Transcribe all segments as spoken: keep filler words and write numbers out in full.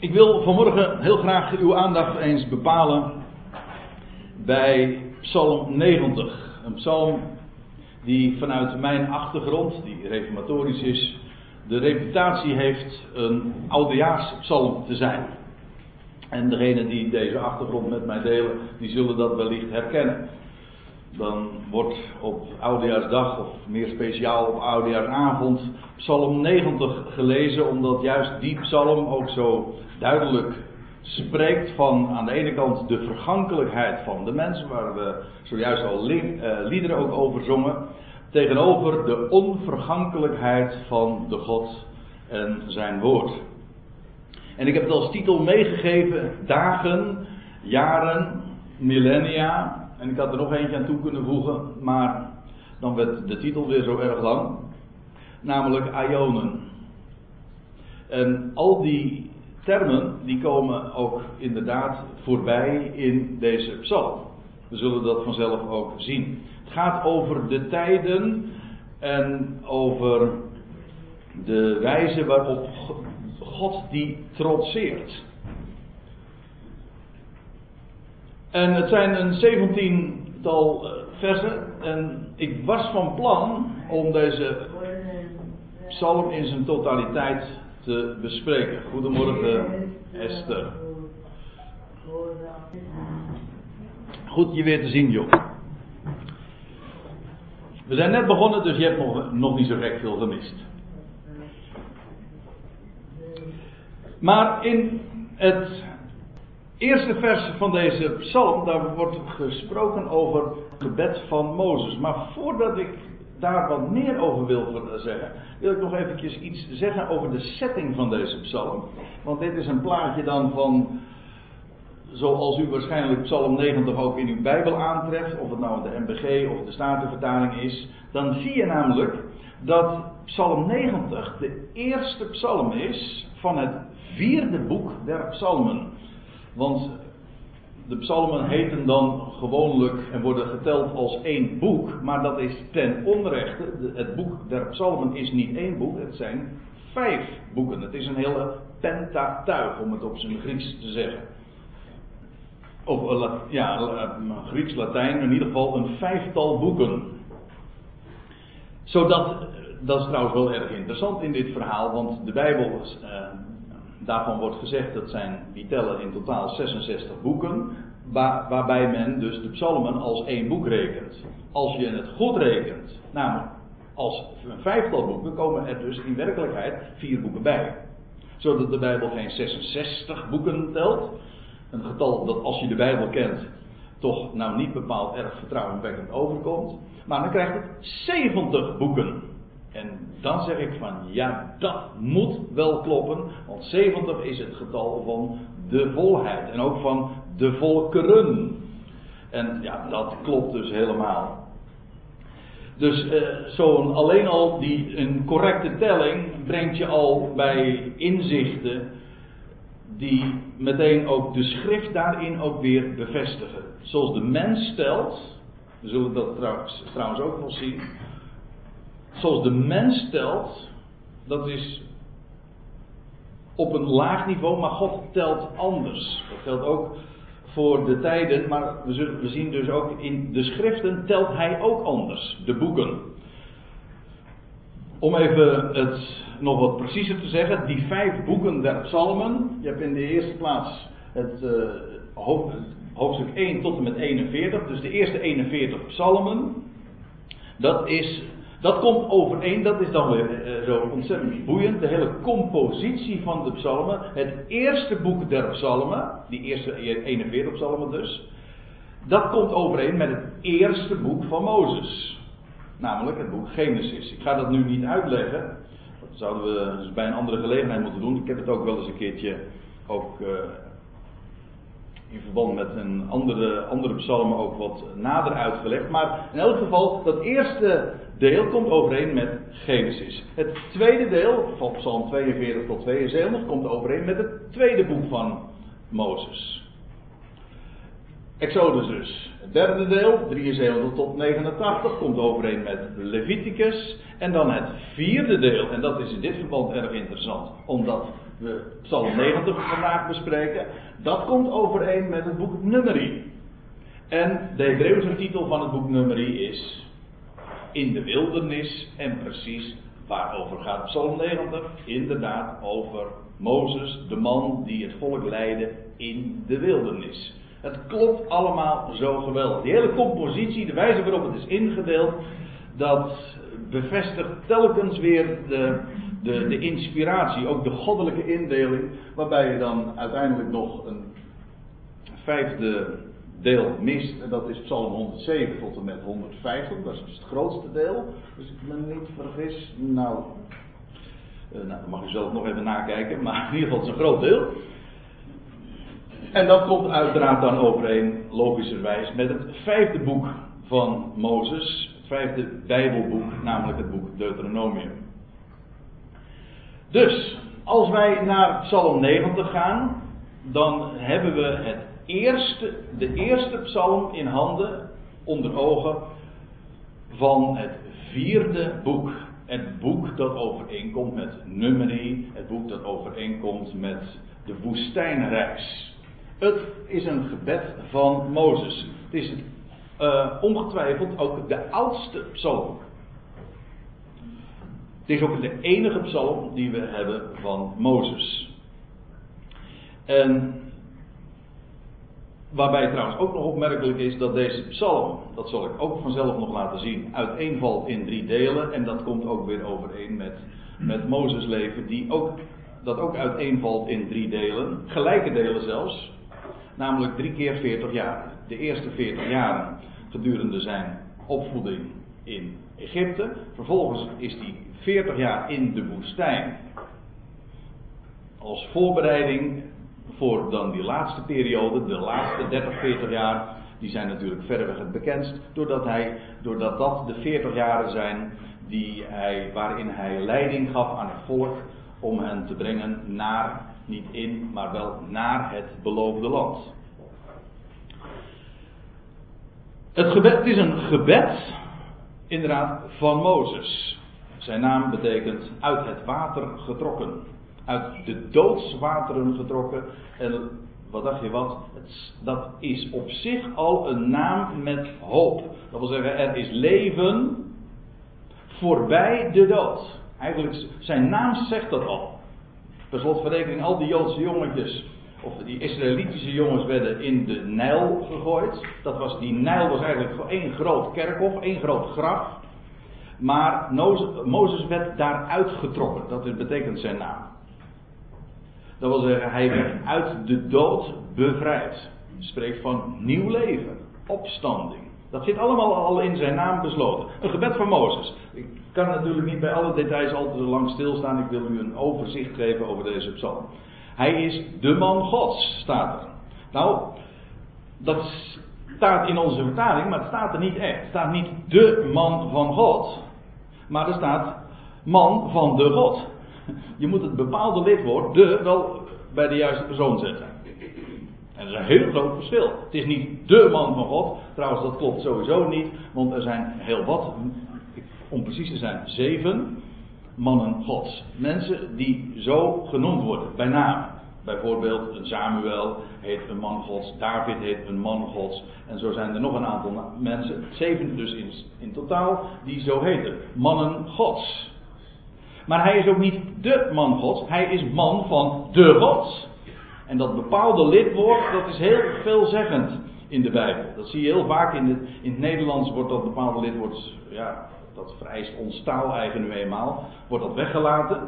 Ik wil vanmorgen heel graag uw aandacht eens bepalen bij Psalm negentig. Een psalm die vanuit mijn achtergrond, die reformatorisch is, de reputatie heeft een oudejaarspsalm te zijn. En degenen die deze achtergrond met mij delen, die zullen dat wellicht herkennen. Dan wordt op Oudejaarsdag, of meer speciaal op Oudejaarsavond, Psalm negentig gelezen, omdat juist die psalm ook zo duidelijk spreekt van aan de ene kant de vergankelijkheid van de mens, waar we zojuist al li- uh, liederen ook over zongen, tegenover de onvergankelijkheid van de God en zijn woord. En ik heb het als titel meegegeven: dagen, jaren, millennia. En ik had er nog eentje aan toe kunnen voegen, maar dan werd de titel weer zo erg lang. Namelijk aionen. En al die termen, die komen ook inderdaad voorbij in deze psalm. We zullen dat vanzelf ook zien. Het gaat over de tijden en over de wijze waarop God die trotseert. En het zijn een zeventiental versen. En ik was van plan om deze psalm in zijn totaliteit te bespreken. Goedemorgen, Esther. Goed je weer te zien, joh. We zijn net begonnen, dus je hebt nog, nog niet zo gek veel gemist. Maar in het eerste vers van deze psalm, daar wordt gesproken over het gebed van Mozes. Maar voordat ik daar wat meer over wil zeggen, wil ik nog eventjes iets zeggen over de setting van deze psalm. Want dit is een plaatje dan van, zoals u waarschijnlijk psalm negentig ook in uw Bijbel aantreft, of het nou de N B G of de Statenvertaling is, dan zie je namelijk dat psalm negentig de eerste psalm is van het vierde boek der psalmen. Want de psalmen heten dan gewoonlijk en worden geteld als één boek, maar dat is ten onrechte. Het boek der psalmen is niet één boek, het zijn vijf boeken. Het is een hele Pentatuig, om het op zijn Grieks te zeggen. Of ja, Grieks, Latijn, in ieder geval een vijftal boeken. Zodat, dat is trouwens wel erg interessant in dit verhaal, want de Bijbel, uh, daarvan wordt gezegd dat zijn, die tellen in totaal zesenzestig boeken, waar, waarbij men dus de psalmen als één boek rekent. Als je het goed rekent, namelijk als een vijftal boeken, komen er dus in werkelijkheid vier boeken bij. Zodat de Bijbel geen zesenzestig boeken telt. Een getal dat, als je de Bijbel kent, toch nou niet bepaald erg vertrouwenwekkend overkomt. Maar dan krijgt het zeventig boeken. En dan zeg ik van, ja, dat moet wel kloppen. Want zeventig is het getal van de volheid. En ook van de volkeren. En ja, dat klopt dus helemaal. Dus eh, zo'n alleen al die een correcte telling brengt je al bij inzichten die meteen ook de schrift daarin ook weer bevestigen. Zoals de mens telt, we zullen dat trouwens, trouwens ook nog zien. Zoals de mens telt, dat is op een laag niveau, maar God telt anders. Dat geldt ook voor de tijden, maar we, zullen, we zien dus ook in de schriften telt hij ook anders, de boeken. Om even het nog wat preciezer te zeggen, die vijf boeken der psalmen, je hebt in de eerste plaats het uh, hoofdstuk één tot en met eenenveertig, dus de eerste eenenveertig psalmen, dat is... Dat komt overeen, dat is dan weer uh, zo ontzettend boeiend. De hele compositie van de psalmen. Het eerste boek der psalmen, die eerste eenenveertig psalmen dus. Dat komt overeen met het eerste boek van Mozes. Namelijk het boek Genesis. Ik ga dat nu niet uitleggen. Dat zouden we dus bij een andere gelegenheid moeten doen. Ik heb het ook wel eens een keertje ook uh, in verband met een andere, andere psalmen ook wat nader uitgelegd. Maar in elk geval, dat eerste deel komt overeen met Genesis. Het tweede deel, van psalm tweeënveertig tot tweeënzeventig, komt overeen met het tweede boek van Mozes. Exodus dus. Het derde deel, drieënzeventig tot negenentachtig, komt overeen met Leviticus. En dan het vierde deel, en dat is in dit verband erg interessant, omdat we Psalm negentig vandaag bespreken, dat komt overeen met het boek Numeri. En de Hebreeuwse titel van het boek Numeri is In de wildernis, en precies waarover gaat Psalm negentig? Inderdaad over Mozes, de man die het volk leidde in de wildernis. Het klopt allemaal zo geweldig. Die hele compositie, de wijze waarop het is ingedeeld, dat bevestigt telkens weer de, de, de inspiratie, ook de goddelijke indeling, waarbij je dan uiteindelijk nog een vijfde deel mist, en dat is Psalm honderdzeven tot en met honderdvijftig, dat is dus het grootste deel, dus ik me niet vergis, nou, uh, nou, dan mag je zelf nog even nakijken, maar in ieder geval het is een groot deel. En dat komt uiteraard dan overeen, logischerwijs, met het vijfde boek van Mozes, het vijfde Bijbelboek, namelijk het boek Deuteronomium. Dus, als wij naar Psalm negentig gaan, dan hebben we het eerste, de eerste psalm in handen, onder ogen, van het vierde boek. Het boek dat overeenkomt met Numeri, het boek dat overeenkomt met de woestijnreis. Het is een gebed van Mozes. Het is uh, ongetwijfeld ook de oudste psalm. Het is ook de enige psalm die we hebben van Mozes. En waarbij trouwens ook nog opmerkelijk is dat deze psalm, dat zal ik ook vanzelf nog laten zien, uiteenvalt in drie delen. En dat komt ook weer overeen met, met Mozes' leven, die ook, dat ook uiteenvalt in drie delen. Gelijke delen zelfs. Namelijk drie keer veertig jaar. De eerste veertig jaren gedurende zijn opvoeding in Egypte. Vervolgens is hij veertig jaar in de woestijn. Als voorbereiding voor dan die laatste periode, de laatste dertig, veertig jaar. Die zijn natuurlijk verreweg het bekendst. Doordat, hij, doordat dat de veertig jaren zijn die hij, waarin hij leiding gaf aan het volk. Om hen te brengen naar, niet in, maar wel naar het beloofde land. Het gebed, het is een gebed, inderdaad, van Mozes. Zijn naam betekent uit het water getrokken. Uit de doodswateren getrokken. En wat dacht je wat? Het, dat is op zich al een naam met hoop. Dat wil zeggen, er is leven voorbij de dood. Eigenlijk, zijn naam zegt dat al. Per slotverrekening, al die Joodse jongetjes, of die Israëlitische jongens, werden in de Nijl gegooid. Dat was, die Nijl was eigenlijk gewoon één groot kerkhof, één groot graf. Maar Mozes werd daaruit getrokken. Dat betekent zijn naam. Dat wil zeggen, hij werd uit de dood bevrijd. Het spreekt van nieuw leven, opstanding. Dat zit allemaal al in zijn naam besloten. Een gebed van Mozes. Ik kan natuurlijk niet bij alle details al te lang stilstaan. Ik wil u een overzicht geven over deze psalm. Hij is de man Gods, staat er. Nou, dat staat in onze vertaling, maar het staat er niet echt. Het staat niet de man van God, maar er staat man van de God. Je moet het bepaalde lidwoord, de, wel bij de juiste persoon zetten. En dat is een heel groot verschil. Het is niet de man van God. Trouwens, dat klopt sowieso niet. Want er zijn heel wat, om precies te zijn, zeven mannen Gods. Mensen die zo genoemd worden, bij naam. Bijvoorbeeld een Samuel heet een man Gods. David heet een man Gods. En zo zijn er nog een aantal mensen. Zeven dus in, in totaal, die zo heten. Mannen Gods. Maar hij is ook niet de man Gods. Hij is man van de God. En dat bepaalde lidwoord, dat is heel veelzeggend in de Bijbel. Dat zie je heel vaak in het, in het Nederlands wordt dat bepaalde lidwoord, ja, dat vereist ons taaleigen nu eenmaal, wordt dat weggelaten.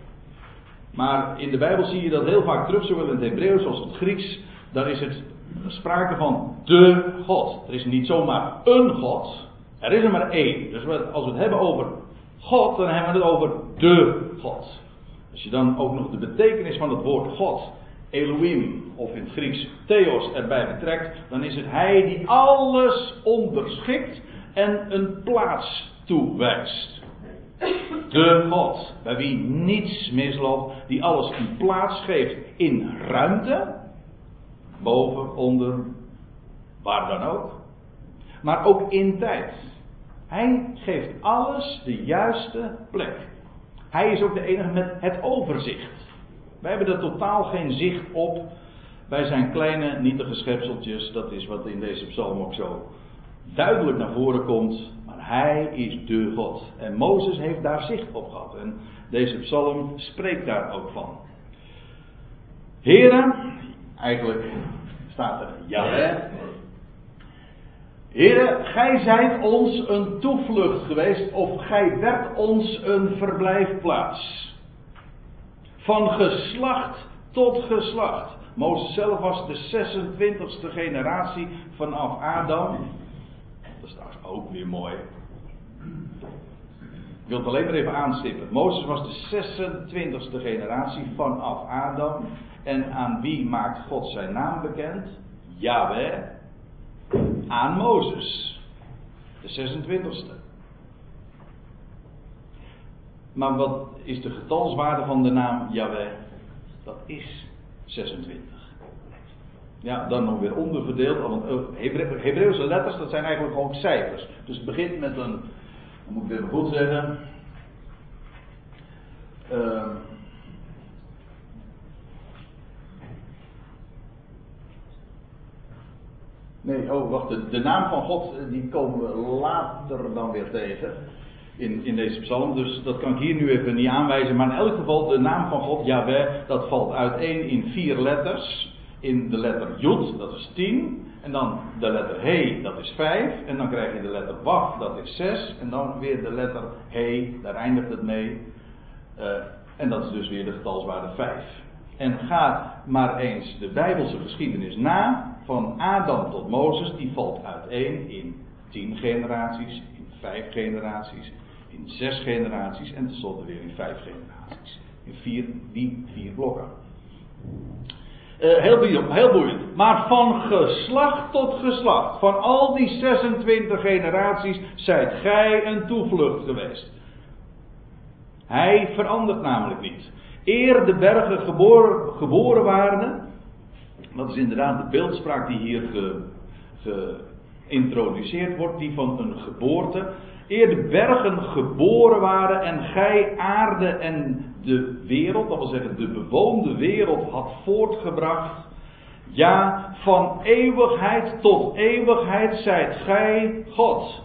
Maar in de Bijbel zie je dat heel vaak terug, zowel in het Hebreeuws als het Grieks. Daar is het sprake van de God. Er is niet zomaar een God, er is er maar één. Dus als we het hebben over God, dan hebben we het over de God. Als je dan ook nog de betekenis van het woord God, Elohim, of in het Grieks Theos, erbij betrekt, dan is het Hij die alles onderschikt en een plaats toewijst. De God, bij wie niets misloopt, die alles een plaats geeft in ruimte, boven, onder, waar dan ook, maar ook in tijd. Hij geeft alles de juiste plek. Hij is ook de enige met het overzicht. Wij hebben er totaal geen zicht op. Wij zijn kleine, nietige schepseltjes. Dat is wat in deze psalm ook zo duidelijk naar voren komt. Maar hij is de God. En Mozes heeft daar zicht op gehad. En deze psalm spreekt daar ook van. Heren, eigenlijk staat er Jahweh. Heren, gij zijt ons een toevlucht geweest, of gij werd ons een verblijfplaats. Van geslacht tot geslacht. Mozes zelf was de zesentwintigste generatie vanaf Adam. Dat is trouwens ook weer mooi. Ik wil het alleen maar even aanstippen. Mozes was de zesentwintigste generatie vanaf Adam. En aan wie maakt God zijn naam bekend? Jahweh. Aan Mozes. De zesentwintigste. Maar wat is de getalswaarde van de naam Jahweh? Dat is zesentwintig. Ja, dan nog weer onderverdeeld. Want Hebre- Hebreeuwse letters, dat zijn eigenlijk ook cijfers. Dus het begint met een, dan moet ik het even goed zeggen. Uh, nee, oh wacht, de, de naam van God, die komen we later dan weer tegen. In, in deze psalm, dus dat kan ik hier nu even niet aanwijzen. Maar in elk geval, de naam van God, Jahweh, dat valt uiteen in vier letters. In de letter Jud, dat is tien. En dan de letter He, dat is vijf. En dan krijg je de letter Waf, dat is zes. En dan weer de letter He, daar eindigt het mee. Uh, en dat is dus weer de getalswaarde vijf. En ga maar eens de Bijbelse geschiedenis na, van Adam tot Mozes, die valt uiteen in tien generaties, in vijf generaties, in zes generaties en tenslotte weer in vijf generaties. In vier, die vier blokken. Uh, heel, boeiend, heel boeiend. Maar van geslacht tot geslacht, van al die zesentwintig generaties, zijt gij een toevlucht geweest. Hij verandert namelijk niet. Eer de bergen geboren, geboren waren, dat is inderdaad de beeldspraak die hier ge, geïntroduceerd wordt, die van een geboorte. Eer de bergen geboren waren en gij aarde en de wereld, dat wil zeggen de bewoonde wereld, had voortgebracht. Ja, van eeuwigheid tot eeuwigheid zijt gij God.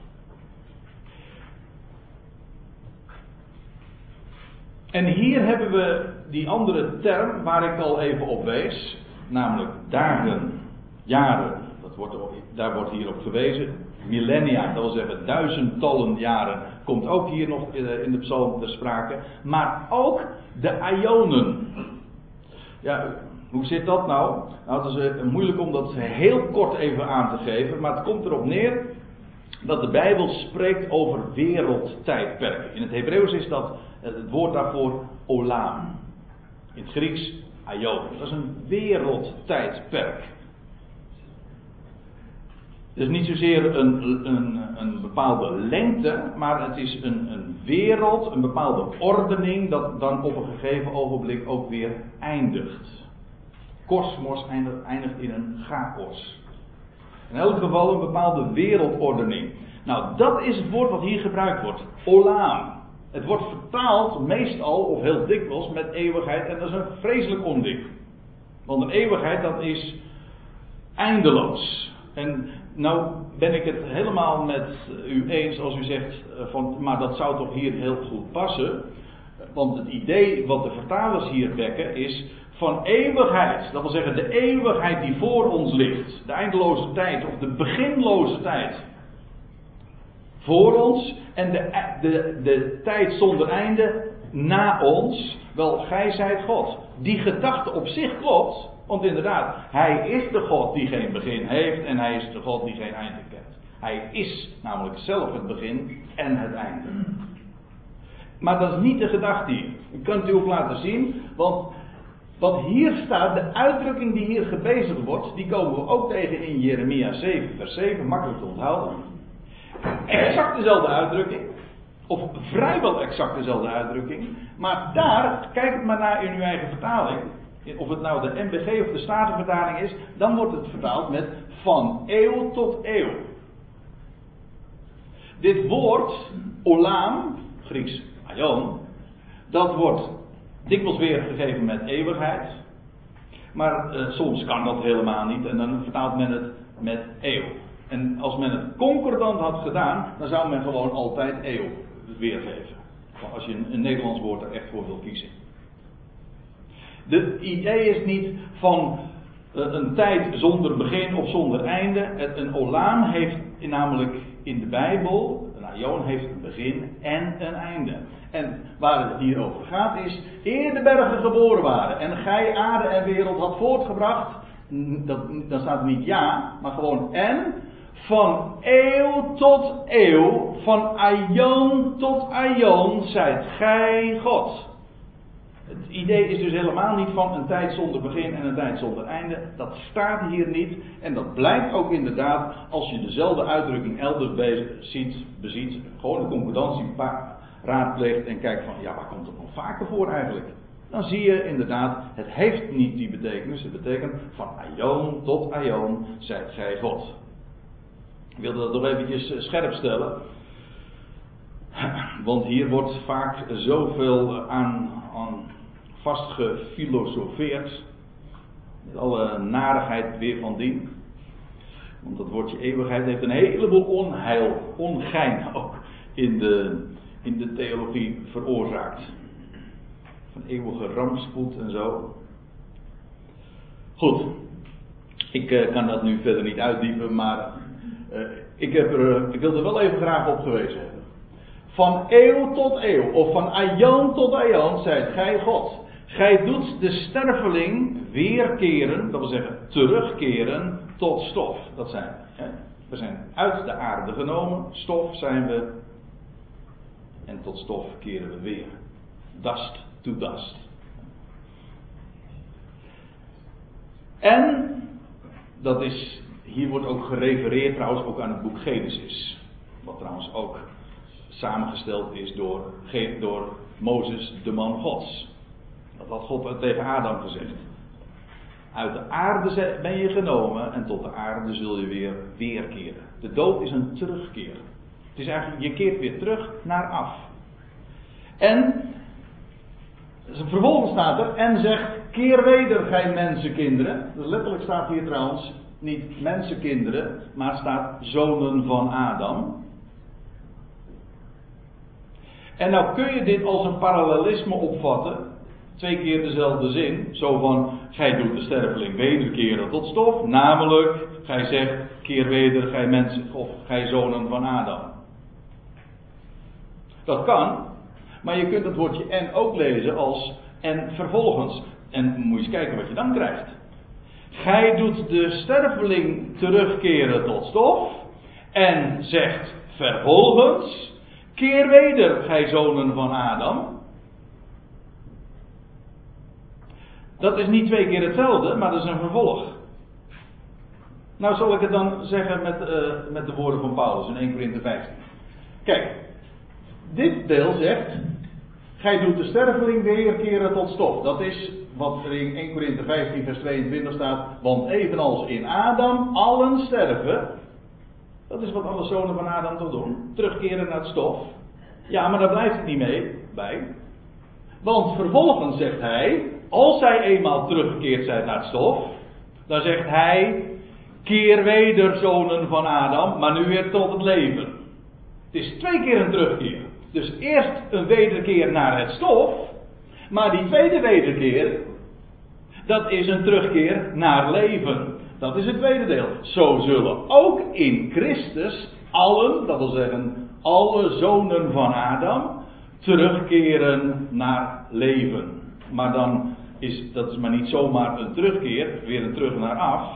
En hier hebben we die andere term waar ik al even op wees, namelijk dagen, jaren, dat wordt, daar wordt hier op gewezen. Millennia, dat wil zeggen duizendtallen jaren, komt ook hier nog in de psalm ter sprake. Maar ook de aionen. Ja, hoe zit dat nou? Nou, het is moeilijk om dat heel kort even aan te geven, maar het komt erop neer dat de Bijbel spreekt over wereldtijdperken. In het Hebreeuws is dat het woord daarvoor olam. In het Grieks aion. Dat is een wereldtijdperk. Het is niet zozeer een, een, een bepaalde lengte, maar het is een, een wereld, een bepaalde ordening, dat dan op een gegeven ogenblik ook weer eindigt. Kosmos eindigt, eindigt in een chaos. In elk geval een bepaalde wereldordening. Nou, dat is het woord wat hier gebruikt wordt. Olam. Het wordt vertaald meestal, of heel dikwijls, met eeuwigheid. En dat is een vreselijk onding. Want een eeuwigheid, dat is eindeloos. En nou ben ik het helemaal met u eens als u zegt van, maar dat zou toch hier heel goed passen. Want het idee wat de vertalers hier wekken is van eeuwigheid. Dat wil zeggen de eeuwigheid die voor ons ligt. De eindeloze tijd of de beginloze tijd. Voor ons en de, de, de tijd zonder einde na ons. Wel, gij zijt God. Die gedachte op zich klopt. Want inderdaad, hij is de God die geen begin heeft en hij is de God die geen einde kent. Hij is namelijk zelf het begin en het einde. Maar dat is niet de gedachte hier. Ik kan het u ook laten zien, want wat hier staat, de uitdrukking die hier gebezigd wordt, die komen we ook tegen in Jeremia zeven vers zeven, makkelijk te onthouden. Exact dezelfde uitdrukking, of vrijwel exact dezelfde uitdrukking, maar daar, kijk het maar naar in uw eigen vertaling. Of het nou de M B G of de Statenvertaling is, dan wordt het vertaald met van eeuw tot eeuw. Dit woord, olam, Grieks aion, dat wordt Dikwijls weergegeven met eeuwigheid. Maar uh, soms kan dat helemaal niet. En dan vertaalt men het met eeuw. En als men het concordant had gedaan, dan zou men gewoon altijd eeuw weergeven. Als je een, een Nederlands woord er echt voor wil kiezen. De idee is niet van uh, een tijd zonder begin of zonder einde. Het, een olaan heeft namelijk in de Bijbel, een aion heeft een begin en een einde. En waar het hier over gaat is, eer de bergen geboren waren en gij aarde en wereld had voortgebracht, dat, dan staat er niet ja, maar gewoon en, van eeuw tot eeuw, van aion tot aion, zijt gij God. Het idee is dus helemaal niet van een tijd zonder begin en een tijd zonder einde. Dat staat hier niet. En dat blijkt ook inderdaad als je dezelfde uitdrukking elders bezig ziet, beziet. Gewoon de concordantie raadpleegt en kijkt van ja, waar komt het nog vaker voor eigenlijk? Dan zie je inderdaad, het heeft niet die betekenis. Het betekent van aion tot aion zijt gij God. Ik wilde dat nog eventjes scherp stellen. Want hier wordt vaak zoveel aan, aan vastgefilosofeerd. Met alle narigheid weer van dien. Want dat woordje eeuwigheid heeft een heleboel onheil, ongein ook in de, in de theologie veroorzaakt. Van eeuwige rampspoed en zo. Goed. Ik uh, kan dat nu verder niet uitdiepen, maar uh, ik, heb er, uh, ik wil er wel even graag op gewezen hebben. Van eeuw tot eeuw, of van aion tot aion, zijt gij God. Gij doet de sterveling weerkeren, dat wil zeggen terugkeren tot stof. Dat zijn we. Hè? We zijn uit de aarde genomen, stof zijn we. En tot stof keren we weer. Dust to dust. En, dat is, hier wordt ook gerefereerd trouwens ook aan het boek Genesis. Wat trouwens ook samengesteld is door, door Mozes, de man Gods. Dat had God tegen Adam gezegd. Uit de aarde ben je genomen en tot de aarde zul je weer weerkeren. De dood is een terugkeer. Het is eigenlijk, je keert weer terug naar af. En, vervolgens staat er, en zegt, keer weder gij mensenkinderen. Dus letterlijk staat hier trouwens niet mensenkinderen, maar het staat zonen van Adam. En nou kun je dit als een parallelisme opvatten. Twee keer dezelfde zin. Zo van, gij doet de sterveling wederkeren tot stof. Namelijk, gij zegt, keer weder gij mensen, of gij zonen van Adam. Dat kan. Maar je kunt het woordje en ook lezen als, en vervolgens. En moet je eens kijken wat je dan krijgt. Gij doet de sterveling terugkeren tot stof. En zegt vervolgens, keer weder gij zonen van Adam. Dat is niet twee keer hetzelfde, maar dat is een vervolg. Nou zal ik het dan zeggen met, uh, met de woorden van Paulus in Eerste Korinthe vijftien. Kijk, dit deel zegt, gij doet de sterveling weerkeren tot stof. Dat is wat er in Eerste Korinthe vijftien vers tweeëntwintig staat. Want evenals in Adam allen sterven. Dat is wat alle zonen van Adam toch doen. Terugkeren naar het stof. Ja, maar daar blijft het niet mee bij. Want vervolgens zegt hij, als zij eenmaal teruggekeerd zijn naar het stof, dan zegt hij, keer weder zonen van Adam, maar nu weer tot het leven. Het is twee keer een terugkeer. Dus eerst een wederkeer naar het stof, maar die tweede wederkeer, dat is een terugkeer naar leven. Dat is het tweede deel. Zo zullen ook in Christus allen, dat wil zeggen alle zonen van Adam, terugkeren naar leven. Maar dan is dat is maar niet zomaar een terugkeer, weer een terug naar af.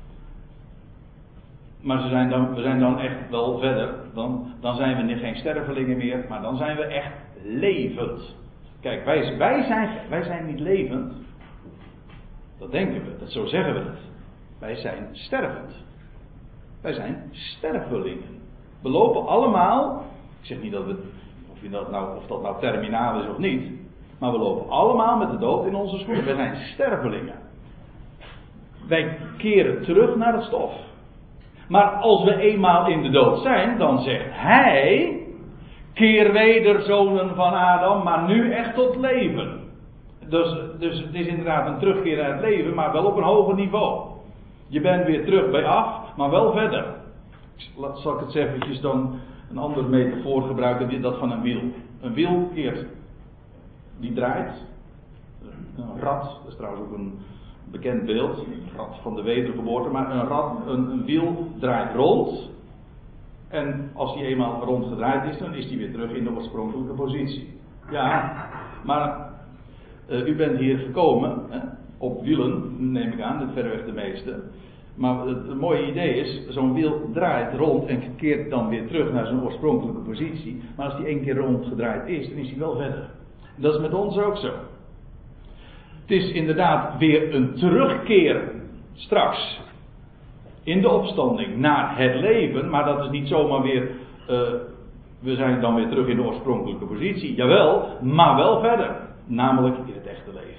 Maar ze zijn dan, we zijn dan echt wel verder. Dan, dan zijn we geen stervelingen meer, maar dan zijn we echt levend. Kijk, wij, wij, zijn, wij zijn niet levend. Dat denken we, dat zo zeggen we het. Wij zijn stervend. Wij zijn stervelingen. We lopen allemaal, ik zeg niet dat we, of, je dat nou, of dat nou terminaal is of niet, maar we lopen allemaal met de dood in onze schoenen. Wij zijn stervelingen. Wij keren terug naar het stof. Maar als we eenmaal in de dood zijn, dan zegt hij, keer weder zonen van Adam, maar nu echt tot leven. Dus, dus het is inderdaad een terugkeer naar het leven, maar wel op een hoger niveau. Je bent weer terug bij af, maar wel verder. Zal ik het eventjes dan een andere metafoor gebruiken, dat van een wiel. Een wiel keert, die draait. Een rad, dat is trouwens ook een bekend beeld, een rad van de wedergeboorte, maar een, rad, een, een wiel draait rond. En als die eenmaal rondgedraaid is, dan is die weer terug in de oorspronkelijke positie. Ja, maar uh, u bent hier gekomen, hè, op wielen, neem ik aan, dit verreweg de meeste. Maar het, het mooie idee is, zo'n wiel draait rond en keert dan weer terug naar zijn oorspronkelijke positie. Maar als die één keer rondgedraaid is, dan is hij wel verder. En dat is met ons ook zo. Het is inderdaad weer een terugkeer straks in de opstanding naar het leven, maar dat is niet zomaar weer, uh, we zijn dan weer terug in de oorspronkelijke positie. Jawel, maar wel verder, namelijk in het echte leven.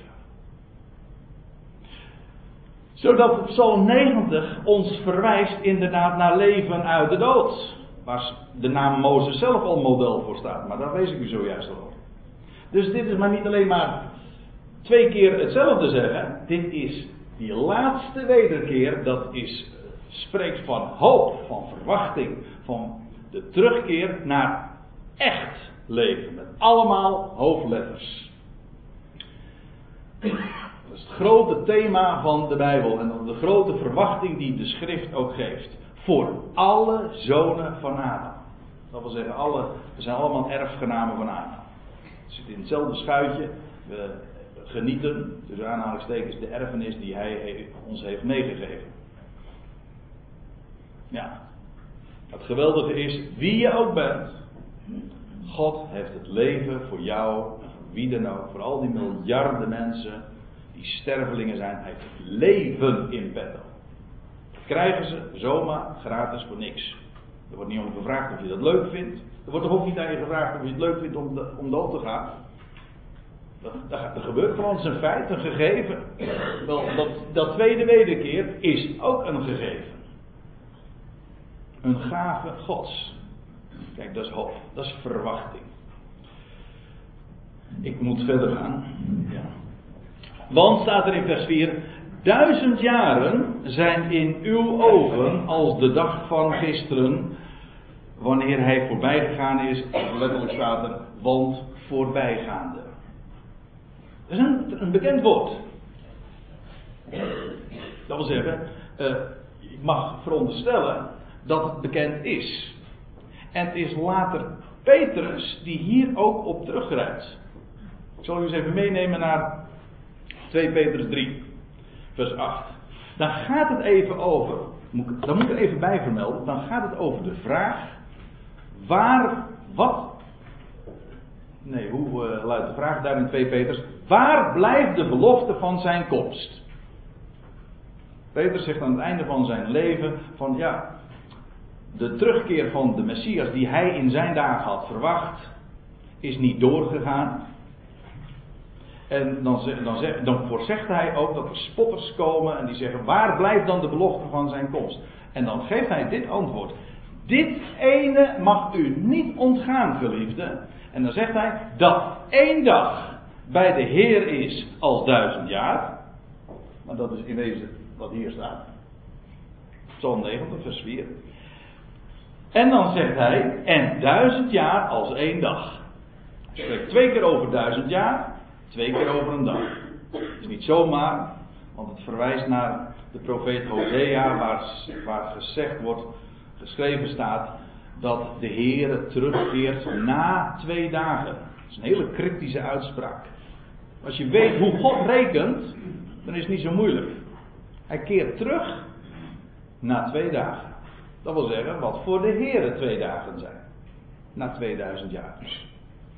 Zodat Psalm negentig ons verwijst inderdaad naar leven uit de dood. Waar de naam Mozes zelf al model voor staat, maar daar wees ik u zojuist al op. Dus dit is maar niet alleen maar twee keer hetzelfde zeggen. Dit is die laatste wederkeer, dat is, spreekt van hoop, van verwachting, van de terugkeer naar echt leven. Met allemaal hoofdletters. Dat is het grote thema van de Bijbel en de grote verwachting die de schrift ook geeft. Voor alle zonen van Adam. Dat wil zeggen, alle, we zijn allemaal erfgenamen van Adam. We zitten in hetzelfde schuitje. We genieten, tussen aanhalingstekens, de erfenis die hij ons heeft meegegeven. Ja. Het geweldige is, wie je ook bent, God heeft het leven voor jou en voor wie dan ook, voor al die miljarden mensen die stervelingen zijn, hij heeft het leven in petto. Dat krijgen ze zomaar gratis voor niks. Er wordt niet om gevraagd of je dat leuk vindt. Er wordt toch ook niet aan je gevraagd of je het leuk vindt om, de, om dood te gaan. Dat, dat, dat gebeurt voor ons een feit, een gegeven. Wel, dat, dat tweede wederkeer is ook een gegeven. Een gave Gods. Kijk, dat is hoop. Dat is verwachting. Ik moet verder gaan. Ja. Want, staat er in vers vier... Duizend jaren zijn in uw ogen als de dag van gisteren, wanneer hij voorbij gegaan is, letterlijk staat er, want voorbijgaande. Dat is een, een bekend woord. Dat wil zeggen, uh, ik mag veronderstellen dat het bekend is. En het is later Petrus die hier ook op teruggrijpt. Ik zal u eens even meenemen naar twee Petrus drie. Vers acht. Dan gaat het even over, dan moet ik er even bij vermelden, dan gaat het over de vraag, waar, wat, nee, hoe uh, luidt de vraag daar in twee Petrus, waar blijft de belofte van zijn komst? Petrus zegt aan het einde van zijn leven, van ja, de terugkeer van de Messias die hij in zijn dagen had verwacht, is niet doorgegaan. En dan, dan, dan voorzegt hij ook dat er spotters komen en die zeggen, waar blijft dan de belofte van zijn komst? En dan geeft hij dit antwoord. Dit ene mag u niet ontgaan, geliefde. En dan zegt hij, dat één dag bij de Heer is als duizend jaar. Maar dat is in deze wat hier staat. Psalm negentig, vers vier. En dan zegt hij, en duizend jaar als één dag. Hij spreekt twee keer over duizend jaar. Twee keer over een dag. Dat is niet zomaar, want het verwijst naar de profeet Hosea, waar, waar gezegd wordt, geschreven staat, dat de Heere terugkeert na twee dagen. Dat is een hele cryptische uitspraak. Als je weet hoe God rekent, dan is het niet zo moeilijk. Hij keert terug na twee dagen. Dat wil zeggen, wat voor de Heere twee dagen zijn. Na tweeduizend jaar dus.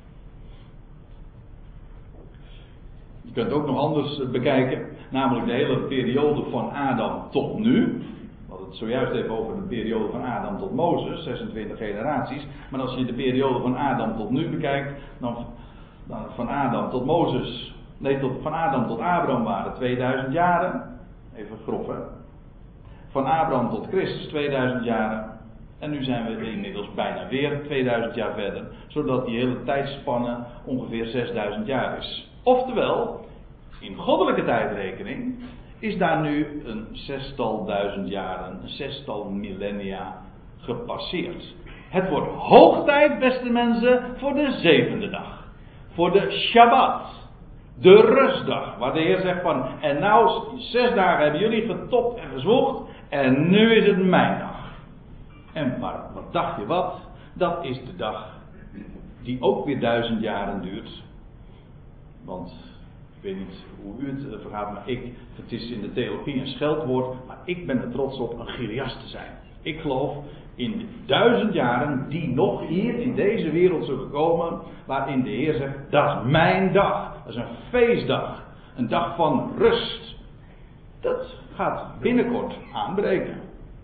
Je kunt het ook nog anders bekijken, namelijk de hele periode van Adam tot nu. We hadden het zojuist even over de periode van Adam tot Mozes, zesentwintig generaties. Maar als je de periode van Adam tot nu bekijkt, dan, dan van Adam tot Mozes, nee, tot, van Adam tot Abraham waren tweeduizend jaren. Even grof, hè. Van Abraham tot Christus tweeduizend jaren. En nu zijn we inmiddels bijna weer tweeduizend jaar verder, zodat die hele tijdspanne ongeveer zesduizend jaar is. Oftewel, in goddelijke tijdrekening is daar nu een zestal duizend jaren, een zestal millennia gepasseerd. Het wordt hoog tijd, beste mensen, voor de zevende dag. Voor de Shabbat. De rustdag. Waar de Heer zegt van, en nou, zes dagen hebben jullie getopt en gezwoegd. En nu is het mijn dag. En maar, wat dacht je wat? Dat is de dag die ook weer duizend jaren duurt. Want, ik weet niet hoe u het vergaat, maar ik, het is in de theologie een scheldwoord, maar ik ben er trots op een Gyrias te zijn. Ik geloof in de duizend jaren die nog hier in deze wereld zullen komen, waarin de Heer zegt, dat is mijn dag. Dat is een feestdag. Een dag van rust. Dat gaat binnenkort aanbreken.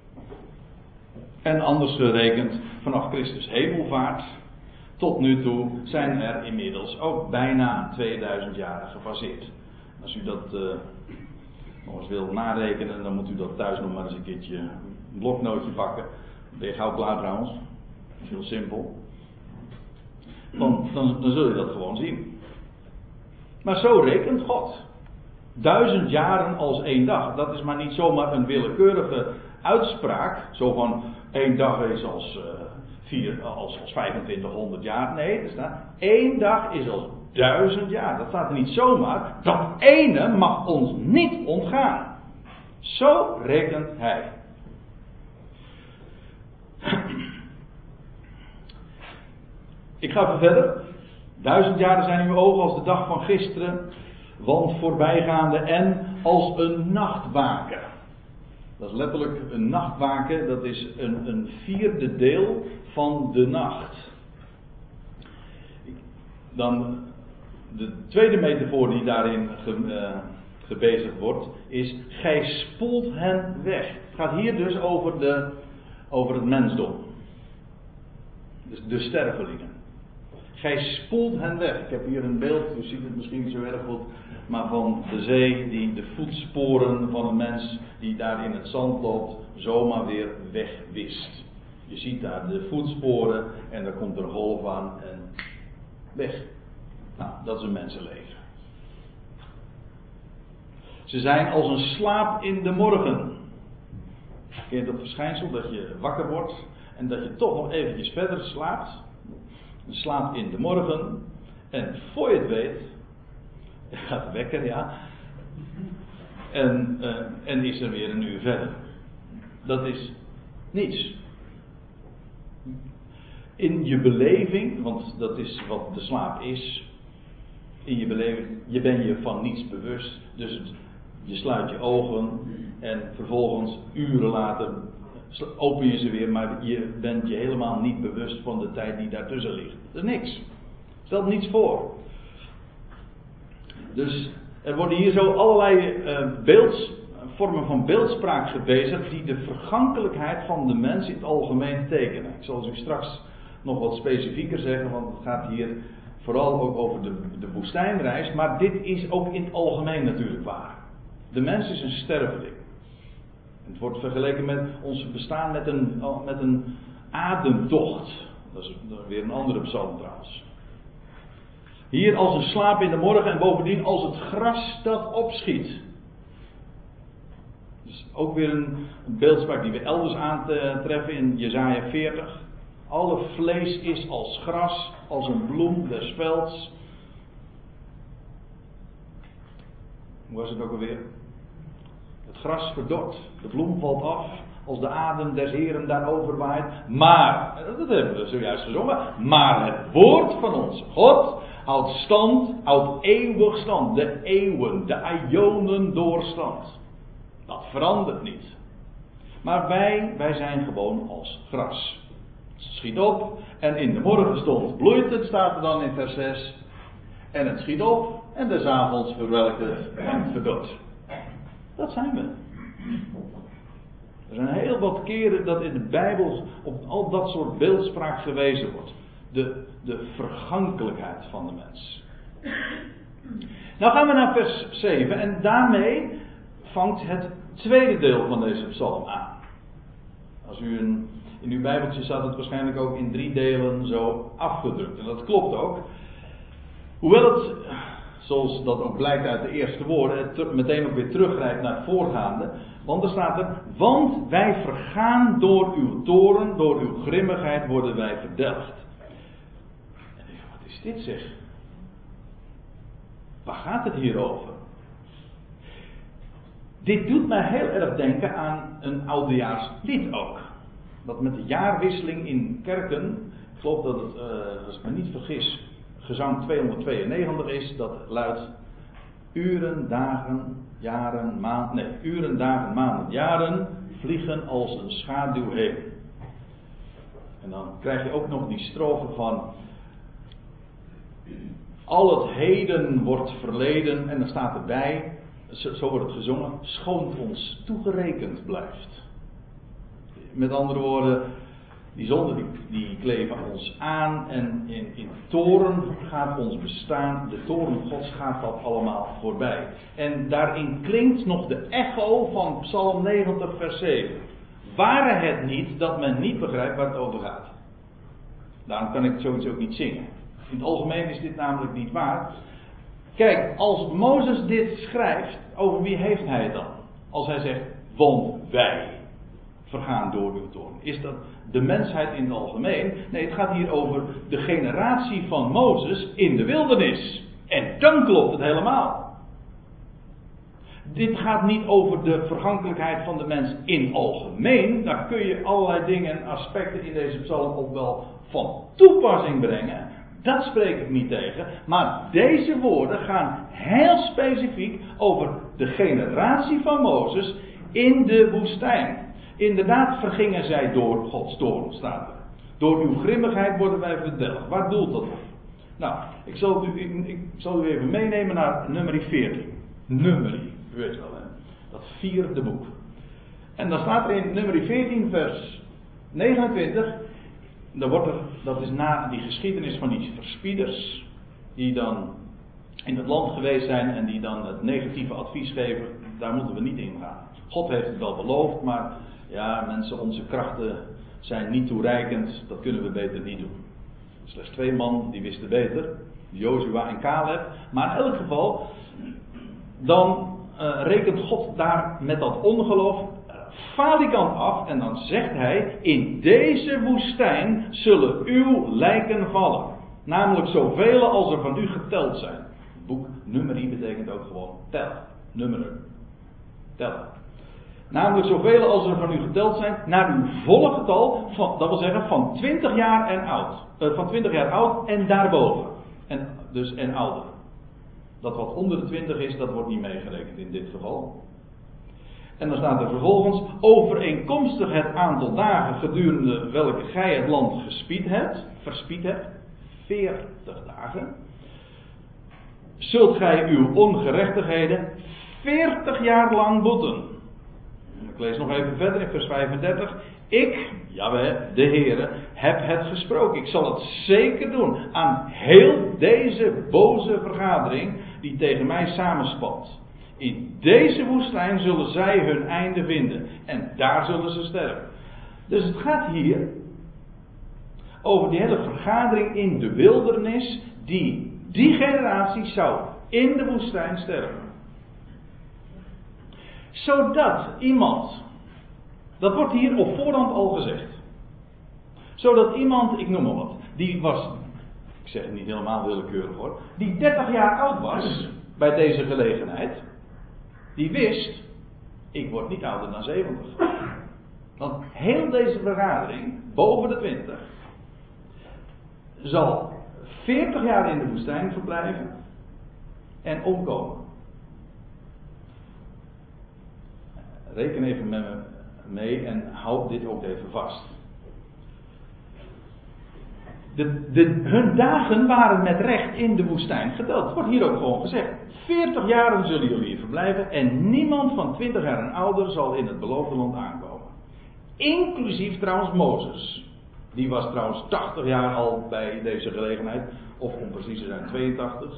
En anders gerekend, vanaf Christus hemelvaart, tot nu toe zijn er inmiddels ook bijna tweeduizend jaren gepasseerd. Als u dat uh, nog eens wilt narekenen, dan moet u dat thuis nog maar eens een keertje een bloknootje pakken. Dan ben je gauw klaar trouwens. Dat is heel simpel. Want dan, dan zul je dat gewoon zien. Maar zo rekent God. Duizend jaren als één dag. Dat is maar niet zomaar een willekeurige uitspraak. Zo van één dag is als, uh, vier, als, als vijfentwintighonderd jaar. Nee, er staat één dag is als duizend jaar. Dat staat er niet zomaar. Dat ene mag ons niet ontgaan. Zo rekent hij. Ik ga even verder. Duizend jaren zijn in uw ogen als de dag van gisteren, want voorbijgaande en als een nachtwaken. Dat is letterlijk een nachtwaken, dat is een, een vierde deel van de nacht. Dan de tweede metafoor die daarin ge, uh, gebezigd wordt, is gij spoelt hen weg. Het gaat hier dus over, de, over het mensdom. Dus de stervelingen. Gij spoelt hen weg. Ik heb hier een beeld, u ziet het misschien niet zo erg goed, maar van de zee die de voetsporen van een mens die daar in het zand loopt, zomaar weer wegwist. Je ziet daar de voetsporen en daar komt er een golf aan en weg. Nou, dat is een mensenleven. Ze zijn als een slaap in de morgen. Ken je dat verschijnsel dat je wakker wordt en dat je toch nog eventjes verder slaapt? Je slaapt in de morgen en voor je het weet, je gaat wekker, ja, en, uh, en is er weer een uur verder. Dat is niets. In je beleving, want dat is wat de slaap is, in je beleving, je bent je van niets bewust, dus het, je sluit je ogen en vervolgens uren later open je ze weer, maar je bent je helemaal niet bewust van de tijd die daartussen ligt. Dat is niks. Stelt niets voor. Dus er worden hier zo allerlei uh, beelds, vormen van beeldspraak gebezigd die de vergankelijkheid van de mens in het algemeen tekenen. Ik zal u straks nog wat specifieker zeggen, want het gaat hier vooral ook over de, de woestijnreis, maar dit is ook in het algemeen natuurlijk waar. De mens is een sterveling. Het wordt vergeleken met ons bestaan met een, met een ademtocht. Dat is weer een andere psalm trouwens. Hier als een slaap in de morgen en bovendien als het gras dat opschiet. Dus ook weer een, een beeldspraak die we elders aantreffen in Jesaja veertig. Alle vlees is als gras, als een bloem des velds. Hoe was het ook alweer? Het gras verdort, de bloem valt af, als de adem des Heren daarover waait. Maar, dat hebben we zojuist gezongen, maar het woord van onze God houdt stand, houdt eeuwig stand. De eeuwen, de aionen doorstand. Dat verandert niet. Maar wij, wij zijn gewoon als gras. Het schiet op en in de morgenstond bloeit het, staat er dan in vers zes. En het schiet op en des avonds verwelkt het en verdort. Dat zijn we. Er zijn heel wat keren dat in de Bijbel op al dat soort beeldspraak gewezen wordt. De, de vergankelijkheid van de mens. Nou gaan we naar vers zeven en daarmee vangt het tweede deel van deze psalm aan. Als u een, in uw Bijbeltje staat het waarschijnlijk ook in drie delen zo afgedrukt. En dat klopt ook. Hoewel het zoals dat ook blijkt uit de eerste woorden, het meteen ook weer teruggrijpt naar het voorgaande. Want er staat er, want wij vergaan door uw toorn, door uw grimmigheid worden wij verdelgd. En ik, wat is dit zeg? Waar gaat het hier over? Dit doet mij heel erg denken aan een oudejaarslied ook. Dat met de jaarwisseling in kerken, ik geloof dat het, uh, als ik me niet vergis, gezang tweehonderdtweeënnegentig is, dat luidt: uren, dagen, jaren, maanden, nee, uren, dagen, maanden, jaren vliegen als een schaduw heen. En dan krijg je ook nog die strofe van: al het heden wordt verleden, en dan staat erbij, zo, zo wordt het gezongen, schoon het ons toegerekend blijft. Met andere woorden, die zonden die, die kleven ons aan en in, in toren gaat ons bestaan, de toren Gods gaat dat allemaal voorbij. En daarin klinkt nog de echo van Psalm negentig vers zeven. Ware het niet dat men niet begrijpt waar het over gaat. Daarom kan ik zoiets ook niet zingen. In het algemeen is dit namelijk niet waar. Kijk, als Mozes dit schrijft, over wie heeft hij het dan? Als hij zegt, want wij vergaan door uw toorn. Is dat de mensheid in het algemeen? Nee, het gaat hier over de generatie van Mozes in de wildernis. En dan klopt het helemaal. Dit gaat niet over de vergankelijkheid van de mens in het algemeen. Daar kun je allerlei dingen en aspecten in deze psalm ook wel van toepassing brengen. Dat spreek ik niet tegen. Maar deze woorden gaan heel specifiek over de generatie van Mozes in de woestijn. Inderdaad vergingen zij door Gods toorn, staat er. Door uw grimmigheid worden wij verdelgd. Waar doelt dat op? Nou, ik zal u, ik, ik zal u even meenemen naar nummer veertien. Nummer, u weet wel hè. Dat vierde boek. En dan staat er in nummer veertien vers negenentwintig. Dan wordt er, dat is na die geschiedenis van die verspieders. Die dan in het land geweest zijn en die dan het negatieve advies geven. Daar moeten we niet in gaan. God heeft het wel beloofd, maar ja, mensen, onze krachten zijn niet toereikend. Dat kunnen we beter niet doen. Slechts twee man, die wisten beter. Jozua en Caleb. Maar in elk geval, dan uh, rekent God daar met dat ongeloof falikant af. En dan zegt hij, in deze woestijn zullen uw lijken vallen. Namelijk zoveel als er van u geteld zijn. Het boek Numeri betekent ook gewoon tel. Nummeren. Tellen. Namelijk zoveel als er van u geteld zijn, naar uw volle getal, van, dat wil zeggen van twintig jaar en oud. Uh, van twintig jaar oud en daarboven. En, dus en ouder. Dat wat onder de twintig is, dat wordt niet meegerekend in dit geval. En dan staat er vervolgens, overeenkomstig het aantal dagen gedurende welke gij het land gespied hebt, verspied hebt, veertig dagen, zult gij uw ongerechtigheden veertig jaar lang boeten. Ik lees nog even verder in vers vijfendertig. Ik, jawel, de Heere, heb het gesproken. Ik zal het zeker doen aan heel deze boze vergadering die tegen mij samenspant. In deze woestijn zullen zij hun einde vinden. En daar zullen ze sterven. Dus het gaat hier over die hele vergadering in de wildernis. Die, die generatie zou in de woestijn sterven. Zodat iemand, dat wordt hier op voorhand al gezegd. Zodat iemand, ik noem maar wat, die was, ik zeg het niet helemaal willekeurig hoor, die dertig jaar oud was bij deze gelegenheid. Die wist, ik word niet ouder dan zeventig. Want heel deze vergadering, boven de twintig, zal veertig jaar in de woestijn verblijven en omkomen. Reken even met me mee en houd dit ook even vast. De, de, hun dagen waren met recht in de woestijn geteld. Het wordt hier ook gewoon gezegd. veertig jaren zullen jullie hier verblijven en niemand van twintig jaar en ouder zal in het beloofde land aankomen. Inclusief trouwens Mozes. Die was trouwens tachtig jaar al bij deze gelegenheid. Of om precies te zijn tweeëntachtig.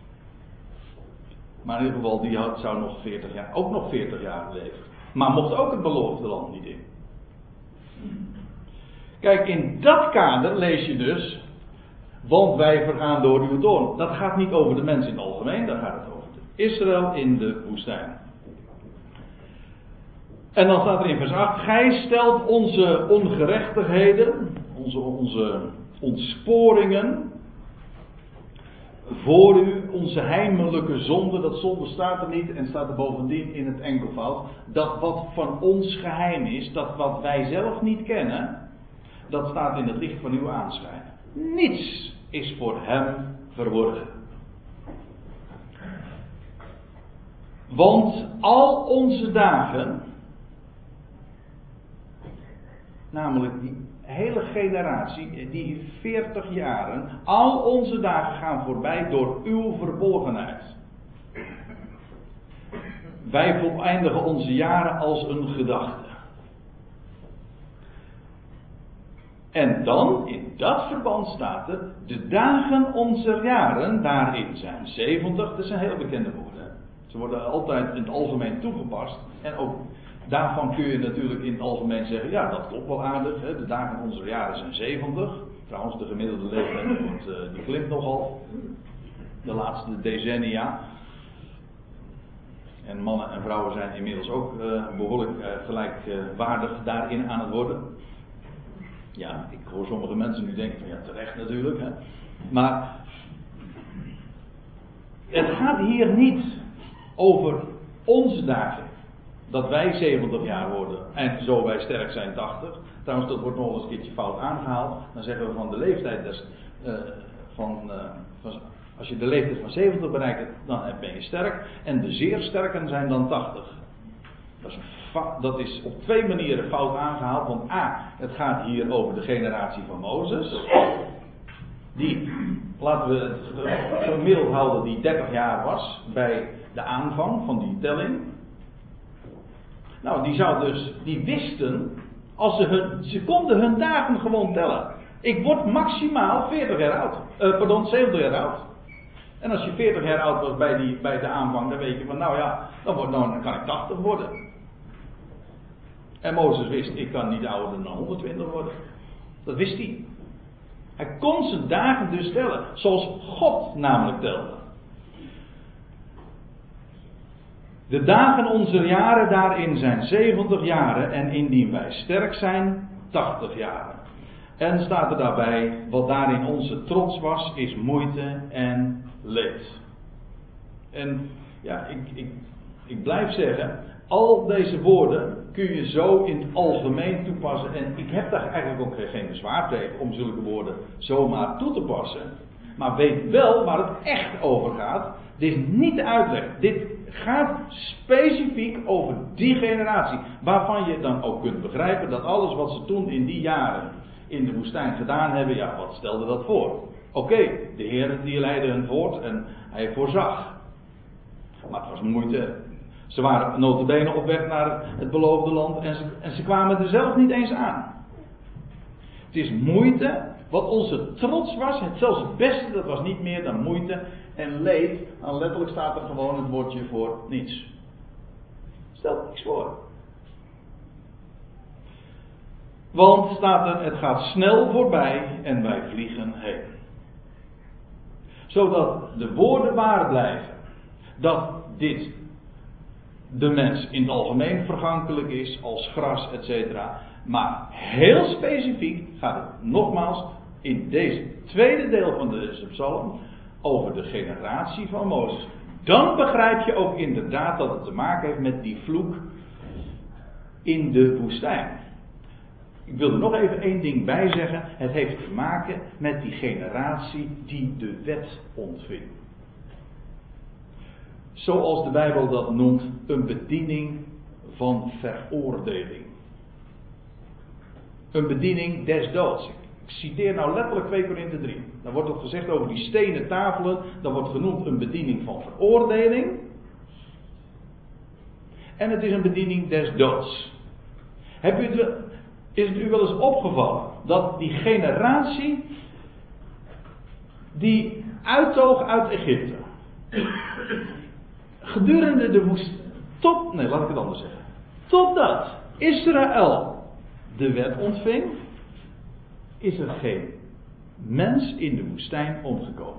Maar in ieder geval, die had, zou nog veertig jaar, ook nog veertig jaar leven. Maar mocht ook het beloofde land niet in. Kijk, in dat kader lees je dus Want wij vergaan door uw toorn. Dat gaat niet over de mens in het algemeen, daar gaat het over Israël in de woestijn. En dan staat er in vers acht: gij stelt onze ongerechtigheden, onze, onze ontsporingen voor u, onze heimelijke zonde. Dat zonde staat er niet en staat er bovendien in het enkelvoud. Dat wat van ons geheim is, dat wat wij zelf niet kennen, dat staat in het licht van uw aanschijn. Niets is voor hem verborgen. Want al onze dagen, namelijk die hele generatie, die veertig jaren, al onze dagen gaan voorbij door uw verborgenheid. Wij voleindigen onze jaren als een gedachte. En dan, in dat verband staat er, de dagen onze jaren daarin zijn zeventig, dat zijn heel bekende woorden. Ze worden altijd in het algemeen toegepast. En ook daarvan kun je natuurlijk in het algemeen zeggen, ja, dat klopt wel aardig. Hè? De dagen onze jaren zijn zeventig. Trouwens, de gemiddelde leeftijd wordt, uh, die klimt nogal. De laatste decennia. En mannen en vrouwen zijn inmiddels ook uh, behoorlijk uh, gelijkwaardig uh, daarin aan het worden. Ja, ik hoor sommige mensen nu denken van ja, terecht natuurlijk. Hè? Maar het gaat hier niet over onze dagen. Dat wij zeventig jaar worden en zo wij sterk zijn tachtig. Trouwens, dat wordt nog eens een keertje fout aangehaald. Dan zeggen we van de leeftijd des, uh, van, uh, van... Als je de leeftijd van zeventig bereikt, dan ben je sterk. En de zeer sterken zijn dan tachtig. Dat is, fa- dat is op twee manieren fout aangehaald. Want A, het gaat hier over de generatie van Mozes. Die, laten we het gemiddeld houden, die dertig jaar was bij de aanvang van die telling. Nou, die zou dus, die wisten, als ze hun, ze konden hun dagen gewoon tellen. Ik word maximaal veertig jaar oud. Uh, pardon, zeventig jaar oud. En als je veertig jaar oud was bij, die, bij de aanvang, dan weet je van, nou ja, dan, word, dan kan ik tachtig worden. En Mozes wist, ik kan niet ouder dan honderdtwintig worden. Dat wist hij. Hij kon zijn dagen dus tellen, zoals God namelijk telde. De dagen onze jaren daarin zijn zeventig jaren en indien wij sterk zijn, tachtig jaren. En staat er daarbij, wat daarin onze trots was, is moeite en leed. En ja, ik, ik, ik blijf zeggen, al deze woorden kun je zo in het algemeen toepassen. En ik heb daar eigenlijk ook geen bezwaar tegen om zulke woorden zomaar toe te passen. Maar weet wel waar het echt over gaat. Dit is niet de uitleg. Dit gaat specifiek over die generatie. Waarvan je dan ook kunt begrijpen dat alles wat ze toen in die jaren in de woestijn gedaan hebben. Ja, wat stelde dat voor? Oké, okay, de Heer die leidde hen voort en hij voorzag. Maar het was moeite. Ze waren nota bene op weg naar het beloofde land en ze, en ze kwamen er zelf niet eens aan. Het is moeite. Wat onze trots was, het zelfs het beste, dat was niet meer dan moeite en leed. En letterlijk staat er gewoon het woordje voor niets. Stel niks voor. Want staat er, het gaat snel voorbij en wij vliegen heen. Zodat de woorden waar blijven. Dat dit de mens in het algemeen vergankelijk is, als gras, et cetera. Maar heel specifiek gaat het nogmaals in deze tweede deel van deze psalm over de generatie van Mozes. Dan begrijp je ook inderdaad dat het te maken heeft met die vloek in de woestijn. Ik wil er nog even één ding bij zeggen. Het heeft te maken met die generatie die de wet ontving. Zoals de Bijbel dat noemt, een bediening van veroordeling. Een bediening des doods. Ik citeer nou letterlijk twee Korinthe drie. Dan wordt ook gezegd over die stenen tafelen. Dan wordt genoemd een bediening van veroordeling. En het is een bediening des doods. Heb u het, is het u wel eens opgevallen dat die generatie die uittoog uit Egypte, gedurende de woestijn, tot, nee laat ik het anders zeggen, totdat Israël de wet ontving, is er geen mens in de woestijn omgekomen.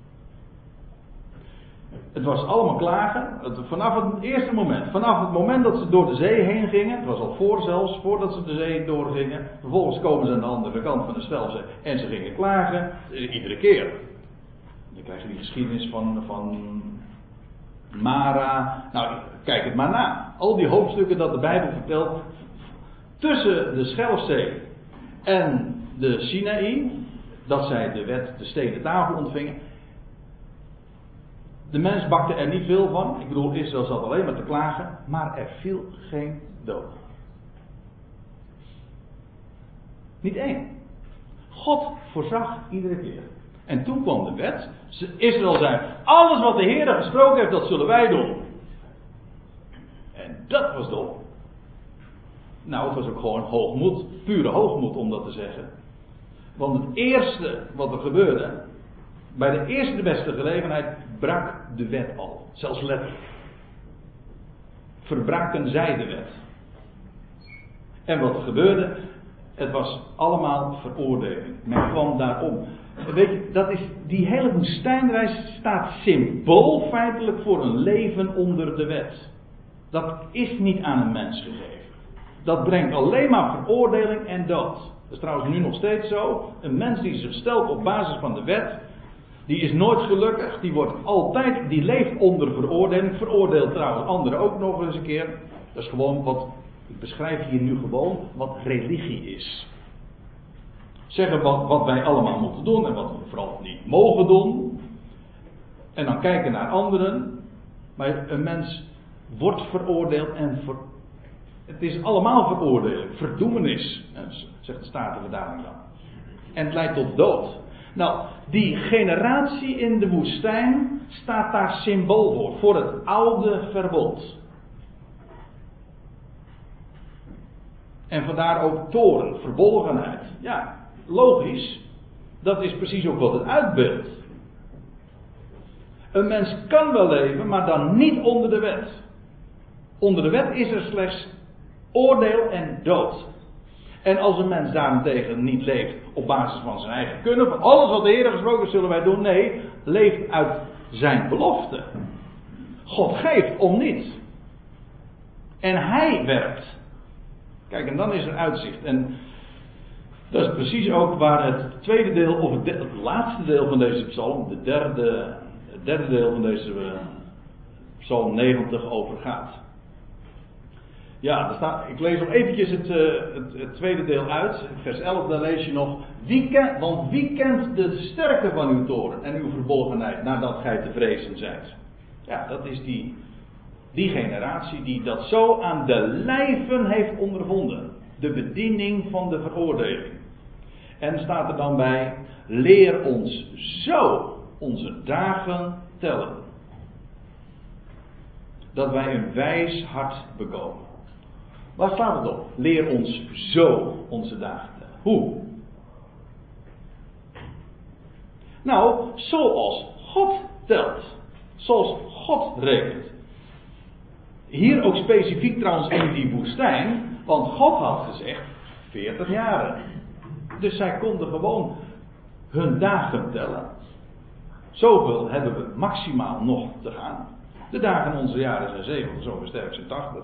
Het was allemaal klagen, het, vanaf het eerste moment, vanaf het moment dat ze door de zee heen gingen, het was al voor zelfs, voordat ze de zee doorgingen, vervolgens komen ze aan de andere kant van de Schelzee en ze gingen klagen, iedere keer. Dan krijg je die geschiedenis van, van Mara, nou kijk het maar na, al die hoofdstukken dat de Bijbel vertelt, tussen de Schelzee en de Sinaï, dat zij de wet, de stenen tafel ontvingen. De mens bakte er niet veel van. Ik bedoel, Israël zat alleen maar te klagen. Maar er viel geen dood. Niet één. God voorzag iedere keer. En toen kwam de wet. Israël zei, alles wat de Heer gesproken heeft, dat zullen wij doen. En dat was dom. Nou, het was ook gewoon hoogmoed. Pure hoogmoed om dat te zeggen. Want het eerste wat er gebeurde, bij de eerste de beste gelegenheid, brak de wet al. Zelfs letterlijk. Verbraken zij de wet. En wat er gebeurde, het was allemaal veroordeling. Men kwam daarom. Weet je, dat is, die hele woestijnreis staat symbool feitelijk voor een leven onder de wet. Dat is niet aan een mens gegeven. Dat brengt alleen maar veroordeling en dood. Dat is trouwens nu nog steeds zo. Een mens die zich stelt op basis van de wet, die is nooit gelukkig. Die wordt altijd, die leeft onder veroordeling. Veroordeelt trouwens anderen ook nog eens een keer. Dat is gewoon wat, ik beschrijf hier nu gewoon wat religie is. Zeggen wat, wat wij allemaal moeten doen en wat we vooral niet mogen doen. En dan kijken naar anderen. Maar een mens wordt veroordeeld en ver, het is allemaal veroordeling. Verdoemenis, zegt de Statenvertaling dan. En het leidt tot dood. Nou, die generatie in de woestijn staat daar symbool voor. Voor het oude verbond. En vandaar ook toorn, verbolgenheid. Ja, logisch. Dat is precies ook wat het uitbeeldt. Een mens kan wel leven, maar dan niet onder de wet. Onder de wet is er slechts oordeel en dood. En als een mens daarentegen niet leeft op basis van zijn eigen kunnen, van alles wat de Heer gesproken heeft, zullen wij doen. Nee, leeft uit zijn belofte. God geeft om niets. En hij werkt. Kijk, en dan is er uitzicht. En dat is precies ook waar het tweede deel, of het, de, het laatste deel van deze psalm, de derde, het derde deel van deze uh, psalm negentig over gaat. Ja, er staat, ik lees nog eventjes het, uh, het, het tweede deel uit. Vers elf, daar lees je nog. Wie ken, want wie kent de sterke van uw toorn en uw verbolgenheid, nadat gij te vrezen zijt? Ja, dat is die, die generatie die dat zo aan de lijven heeft ondervonden. De bediening van de veroordeling. En staat er dan bij, leer ons zo onze dagen tellen. Dat wij een wijs hart bekomen. Waar staat het op? Leer ons zo onze dagen tellen. Hoe? Nou, zoals God telt. Zoals God rekent. Hier ook specifiek trouwens in die woestijn. Want God had gezegd veertig jaren. Dus zij konden gewoon hun dagen tellen. Zoveel hebben we maximaal nog te gaan. De dagen in onze jaren zijn zeventig, zo versterkt zijn tachtig.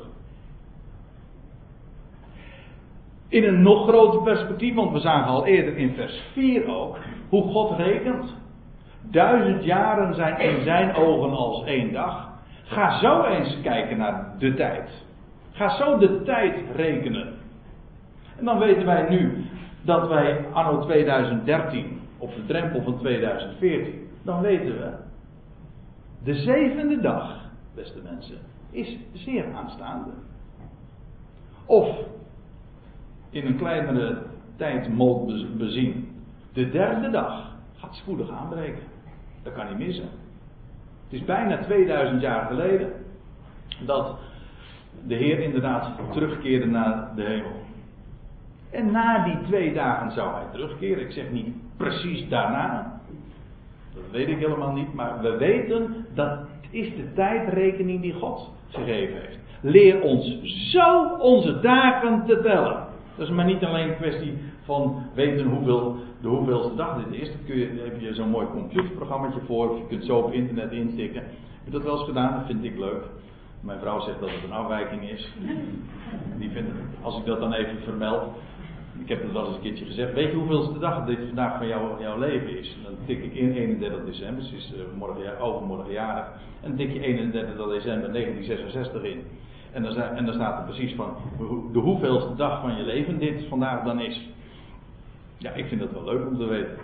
In een nog groter perspectief, want we zagen al eerder in vers vier ook, hoe God rekent. Duizend jaren zijn in zijn ogen als één dag. Ga zo eens kijken naar de tijd. Ga zo de tijd rekenen. En dan weten wij nu dat wij anno tweeduizend dertien, op de drempel van tweeduizend veertien, dan weten we, de zevende dag, beste mensen, is zeer aanstaande. Of, in een kleinere tijdmoot bezien, de derde dag gaat spoedig aanbreken. Dat kan niet missen. Het is bijna tweeduizend jaar geleden dat de Heer inderdaad terugkeerde naar de hemel. En na die twee dagen zou hij terugkeren. Ik zeg niet precies daarna. Dat weet ik helemaal niet. Maar we weten dat het is de tijdrekening die God gegeven heeft. Leer ons zo onze dagen te tellen. Dat is maar niet alleen een kwestie van weten hoeveel de hoeveelste dag dit is. Dat kun je, daar heb je zo'n mooi computerprogrammaatje voor. Of je kunt zo op internet intikken. Heb je dat wel eens gedaan? Dat vind ik leuk. Mijn vrouw zegt dat het een afwijking is. Die vindt het, als ik dat dan even vermeld. Ik heb het wel eens een keertje gezegd. Weet je hoeveelste dag dit vandaag van jou, jouw leven is? Dan tik ik in eenendertig december. Dus is uh, morgen, overmorgen jarig. En dan tik je eenendertig december negentien zesenzestig in. En dan, en dan staat er precies van de hoeveelste dag van je leven dit vandaag dan is. Ja, ik vind dat wel leuk om te weten.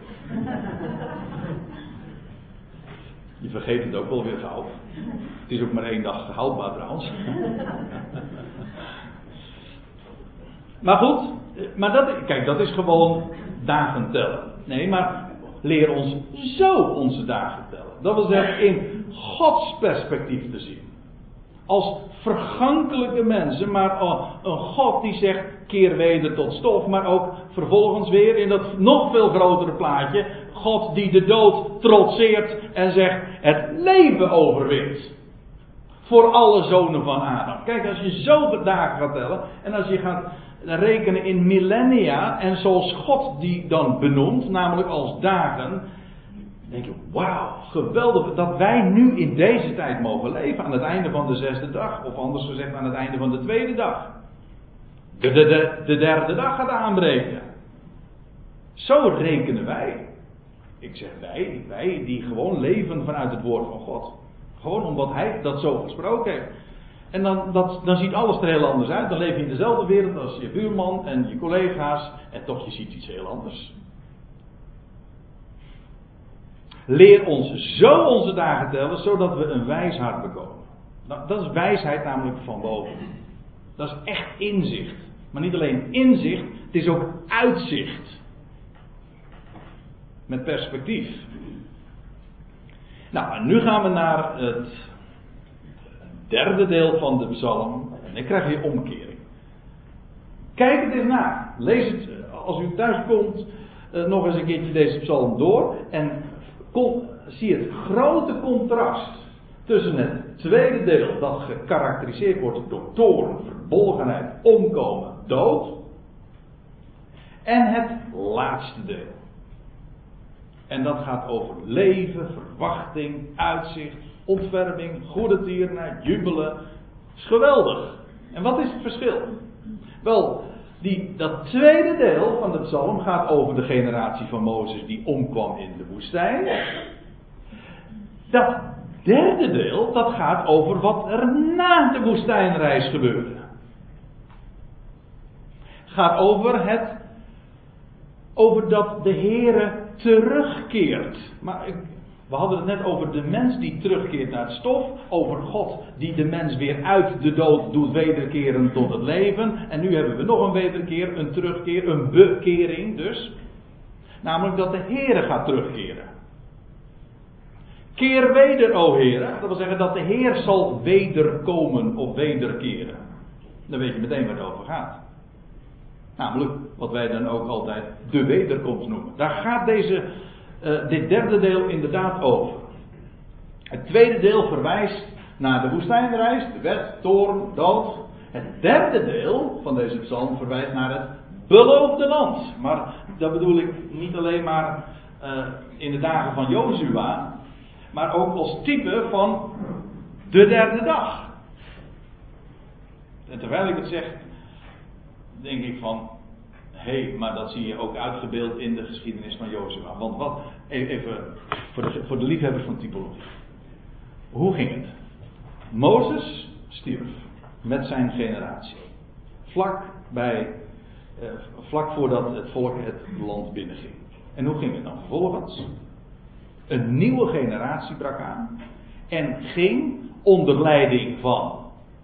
Je vergeet het ook wel weer gauw. Het is ook maar één dag houdbaar trouwens. Maar goed, maar dat, kijk, dat is gewoon dagen tellen. Nee, maar leer ons zo onze dagen tellen. Dat wil zeggen in Gods perspectief te zien. Als vergankelijke mensen, maar een God die zegt keer weder tot stof, maar ook vervolgens weer in dat nog veel grotere plaatje, God die de dood trotseert en zegt het leven overwint. Voor alle zonen van Adam. Kijk, als je zoveel dagen gaat tellen en als je gaat rekenen in millennia en zoals God die dan benoemt, namelijk als dagen, dan denk je, wauw, geweldig dat wij nu in deze tijd mogen leven aan het einde van de zesde dag, of anders gezegd aan het einde van de tweede dag. De, de, de, de derde dag gaat aanbreken. Zo rekenen wij. Ik zeg wij, wij die gewoon leven vanuit het woord van God. Gewoon omdat hij dat zo gesproken heeft. En dan, dat, dan ziet alles er heel anders uit. Dan leef je in dezelfde wereld als je buurman en je collega's. En toch, je ziet iets heel anders. Leer ons zo onze dagen tellen, zodat we een wijs hart bekomen. Nou, dat is wijsheid namelijk van boven. Dat is echt inzicht. Maar niet alleen inzicht, het is ook uitzicht. Met perspectief. Nou, en nu gaan we naar het derde deel van de psalm. En dan krijg je omkering. Kijk het eens na. Lees het, als u thuis komt, nog eens een keertje deze psalm door. En kom, zie het grote contrast tussen het tweede deel, dat gekarakteriseerd wordt door toorn, verbolgenheid, omkomen, dood. En het laatste deel. En dat gaat over leven, verwachting, uitzicht, ontferming, goede tierenheid, jubelen. Dat is geweldig. En wat is het verschil? Wel, die, dat tweede deel van de psalm gaat over de generatie van Mozes die omkwam in de woestijn. Dat derde deel, dat gaat over wat er na de woestijnreis gebeurde. Het gaat over het, over dat de Heere terugkeert. Maar ik, we hadden het net over de mens die terugkeert naar het stof. Over God die de mens weer uit de dood doet wederkeren tot het leven. En nu hebben we nog een wederkeer, een terugkeer, een bekering dus. Namelijk dat de Heere gaat terugkeren. Keer weder, o Heere. Dat wil zeggen dat de Heer zal wederkomen of wederkeren. Dan weet je meteen waar het over gaat. Namelijk wat wij dan ook altijd de wederkomst noemen. Daar gaat deze, uh, dit derde deel inderdaad over. Het tweede deel verwijst naar de woestijnreis, de wet, toorn, dood. Het derde deel van deze psalm verwijst naar het beloofde land. Maar dat bedoel ik niet alleen maar uh, in de dagen van Jozua, maar ook als type van de derde dag. En terwijl ik het zeg, denk ik van, hé, hey, maar dat zie je ook uitgebeeld in de geschiedenis van Jozua. Want wat, even voor de, voor de liefhebbers van typologie. Hoe ging het? Mozes stierf met zijn generatie. Vlak bij, eh, vlak voordat het volk het land binnenging. En hoe ging het dan vervolgens? Een nieuwe generatie brak aan. En ging onder leiding van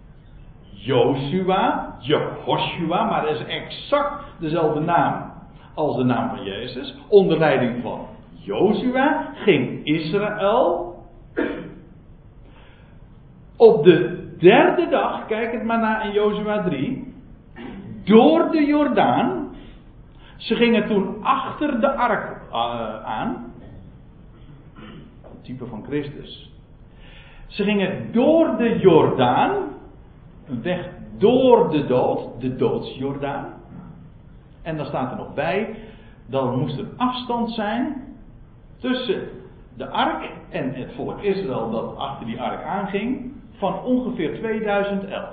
Jozua, Jehoshua, maar dat is exact dezelfde naam als de naam van Jezus. Onder leiding van Jozua ging Israël op de derde dag, kijk het maar na in Jozua drie, door de Jordaan. Ze gingen toen achter de ark uh, aan, het type van Christus. Ze gingen door de Jordaan, een weg door de dood, de doodsjordaan. En dan staat er nog bij, dan moest er afstand zijn tussen de ark en het volk Israël dat achter die ark aanging van ongeveer tweeduizend el.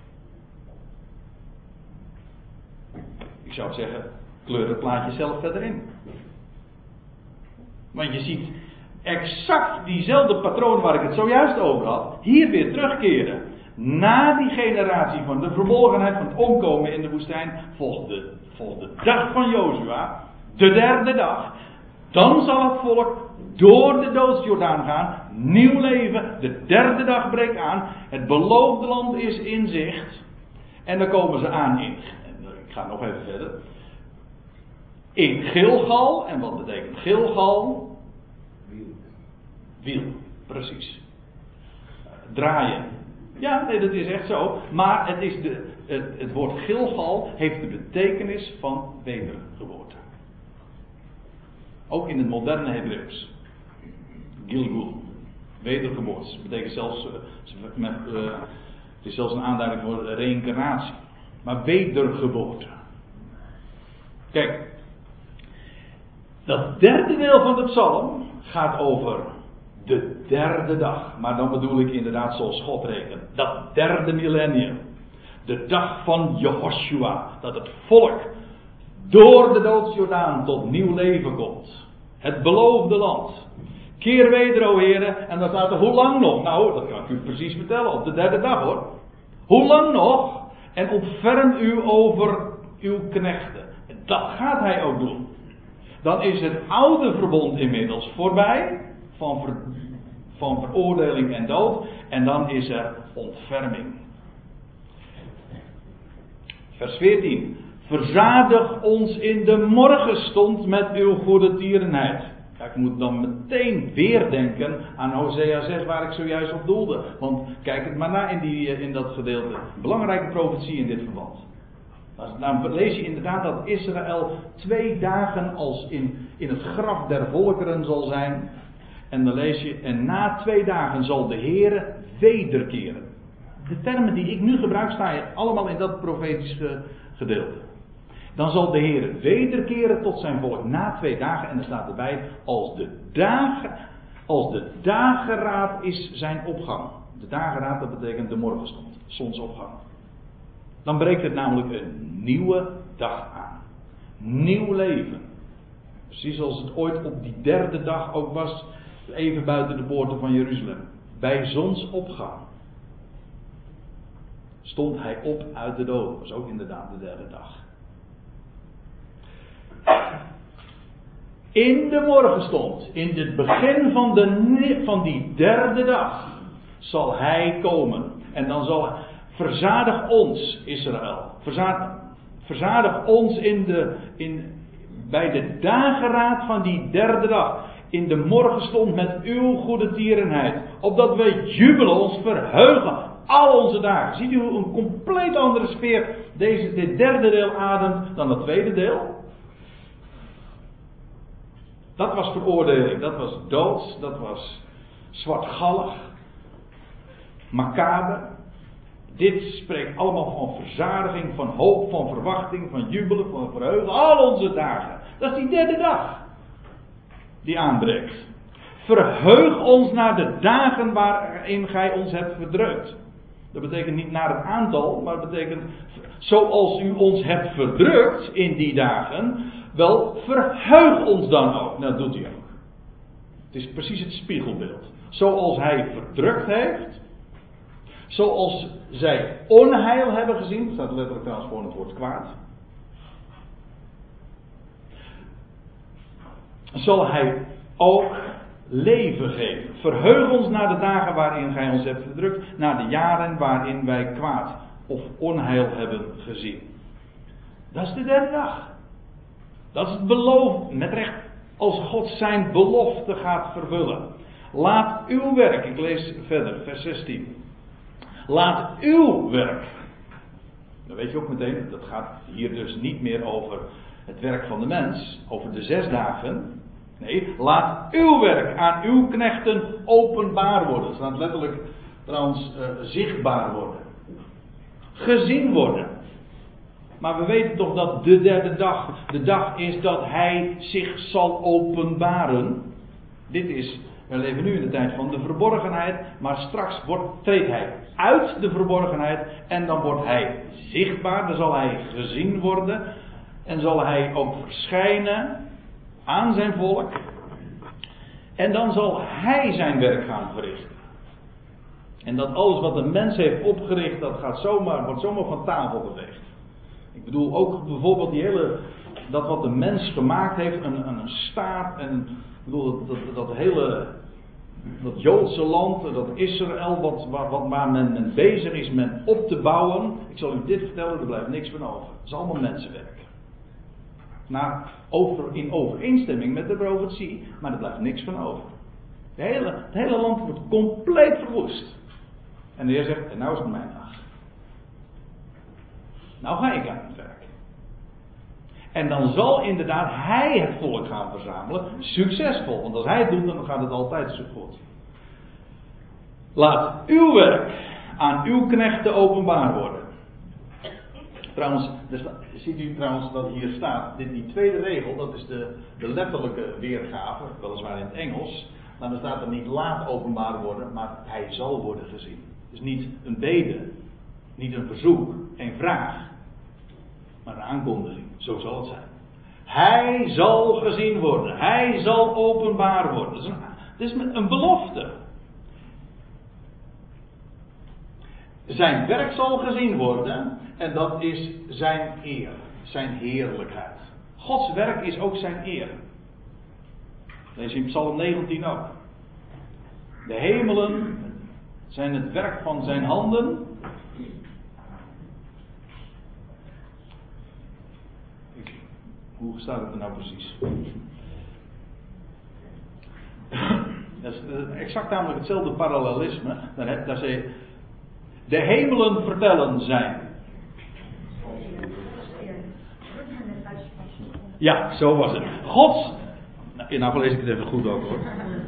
Ik zou zeggen, kleur het plaatje zelf verder in. Want je ziet exact diezelfde patroon waar ik het zojuist over had, hier weer terugkeren. Na die generatie van de verbolgenheid van het omkomen in de woestijn, volgt de, volgt de dag van Jozua, de derde dag. Dan zal het volk door de doodsjordaan gaan, nieuw leven, de derde dag breekt aan, het beloofde land is in zicht. En dan komen ze aan in, ik ga nog even verder, in Gilgal. En wat betekent Gilgal? Wiel. Wiel, precies. Draaien. Ja, nee, dat is echt zo. Maar het, is de, het, het woord Gilgal heeft de betekenis van wedergeboorte. Ook in het moderne Hebreeuws. Gilgul. Wedergeboorte. Dat betekent zelfs, met, uh, het is zelfs een aanduiding voor reïncarnatie. Maar wedergeboorte. Kijk. Dat derde deel van de psalm gaat over de derde dag. Maar dan bedoel ik inderdaad zoals God rekent. Dat derde millennium. De dag van Jehoshua. Dat het volk door de doodsjordaan tot nieuw leven komt. Het beloofde land. Keer weder, o heren. En dan staat er, hoe lang nog? Nou, dat kan ik u precies vertellen. Op de derde dag hoor. Hoe lang nog? En ontferm u over uw knechten. En dat gaat hij ook doen. Dan is het oude verbond inmiddels voorbij. Van, ver, van veroordeling en dood. En dan is er ontferming. Vers veertien. Verzadig ons in de morgenstond met uw goede tierenheid. Ja, ik moet dan meteen weer denken aan Hosea zes waar ik zojuist op doelde. Want kijk het maar na in, die, in dat gedeelte. Belangrijke profetie in dit verband. Dan lees je inderdaad dat Israël twee dagen als in, in het graf der volkeren zal zijn. En dan lees je, en na twee dagen zal de Heere wederkeren. De termen die ik nu gebruik staan allemaal in dat profetische gedeelte. Dan zal de Heere wederkeren tot zijn volk na twee dagen. En er staat erbij, als de dagen, als de dageraad is zijn opgang. De dageraad, dat betekent de morgenstond, zonsopgang. Dan breekt het namelijk een nieuwe dag aan. Nieuw leven. Precies zoals het ooit op die derde dag ook was, even buiten de poorten van Jeruzalem. Bij zonsopgang stond hij op uit de dood. Dat was ook inderdaad de derde dag. In de morgenstond, in het begin van, de, van die derde dag, zal hij komen. En dan zal hij, verzadig ons, Israël. Verzadig, verzadig ons in de, in, bij de dageraad van die derde dag. In de morgenstond met uw goede tierenheid. Opdat we jubelen, ons verheugen. Al onze dagen. Ziet u hoe een compleet andere sfeer deze, dit derde deel ademt dan het tweede deel? Dat was veroordeling, dat was dood, dat was zwartgallig, macaber. Dit spreekt allemaal van verzadiging, van hoop, van verwachting, van jubelen, van verheugen. Al onze dagen. Dat is die derde dag die aanbreekt. Verheug ons naar de dagen waarin gij ons hebt verdrukt. Dat betekent niet naar het aantal, maar dat betekent zoals u ons hebt verdrukt in die dagen. Wel, verheug ons dan ook. Nou, dat doet hij ook. Het is precies het spiegelbeeld. Zoals hij verdrukt heeft. Zoals zij onheil hebben gezien. Dat staat letterlijk trouwens voor het woord kwaad. Zal hij ook leven geven. Verheug ons naar de dagen waarin gij ons hebt verdrukt. Naar de jaren waarin wij kwaad of onheil hebben gezien. Dat is de derde dag. Dat is het beloof, met recht, als God zijn belofte gaat vervullen. Laat uw werk, ik lees verder, vers zestien. Laat uw werk. Dan weet je ook meteen, dat gaat hier dus niet meer over het werk van de mens, over de zes dagen. Nee, laat uw werk aan uw knechten openbaar worden. Dat staat letterlijk trouwens uh, zichtbaar worden. Gezien worden. Maar we weten toch dat de derde dag de dag is dat hij zich zal openbaren. Dit is, we leven nu in de tijd van de verborgenheid, maar straks wordt, treedt hij uit de verborgenheid en dan wordt hij zichtbaar, dan zal hij gezien worden en zal hij ook verschijnen aan zijn volk en dan zal hij zijn werk gaan verrichten. En dat alles wat een mens heeft opgericht, dat gaat zomaar, wordt zomaar van tafel geveegd. Ik bedoel ook bijvoorbeeld die hele, dat wat de mens gemaakt heeft, een, een staat en ik bedoel dat, dat, dat hele, dat Joodse land, dat Israël, wat, wat, wat, waar men, men bezig is men op te bouwen. Ik zal u dit vertellen, er blijft niks van over. Het is allemaal mensenwerk. Maar over, in overeenstemming met de profetie, maar er blijft niks van over. De hele, het hele land wordt compleet verwoest. En de Heer zegt, en nou is het mijn dag. Nou ga ik aan het werk. En dan zal inderdaad hij het volk gaan verzamelen. Succesvol. Want als hij het doet, dan gaat het altijd zo goed. Laat uw werk aan uw knechten openbaar worden. Trouwens, dus, ziet u trouwens dat hier staat. Dit, die tweede regel, dat is de, de letterlijke weergave. Weliswaar in het Engels. Maar dan staat er niet laat openbaar worden, maar hij zal worden gezien. Dus niet een bede. Niet een verzoek, geen vraag, maar een aankondiging. Zo zal het zijn. Hij zal gezien worden. Hij zal openbaar worden. Het is een, het is een belofte. Zijn werk zal gezien worden en dat is zijn eer, zijn heerlijkheid. Gods werk is ook zijn eer. Lees je in Psalm negentien ook. De hemelen zijn het werk van zijn handen. Hoe staat het er nou precies? Dat is exact namelijk hetzelfde parallelisme. Daar, daar zei de hemelen vertellen zijn. Ja, zo was het. Gods. Nou, nou lees ik het even goed ook hoor.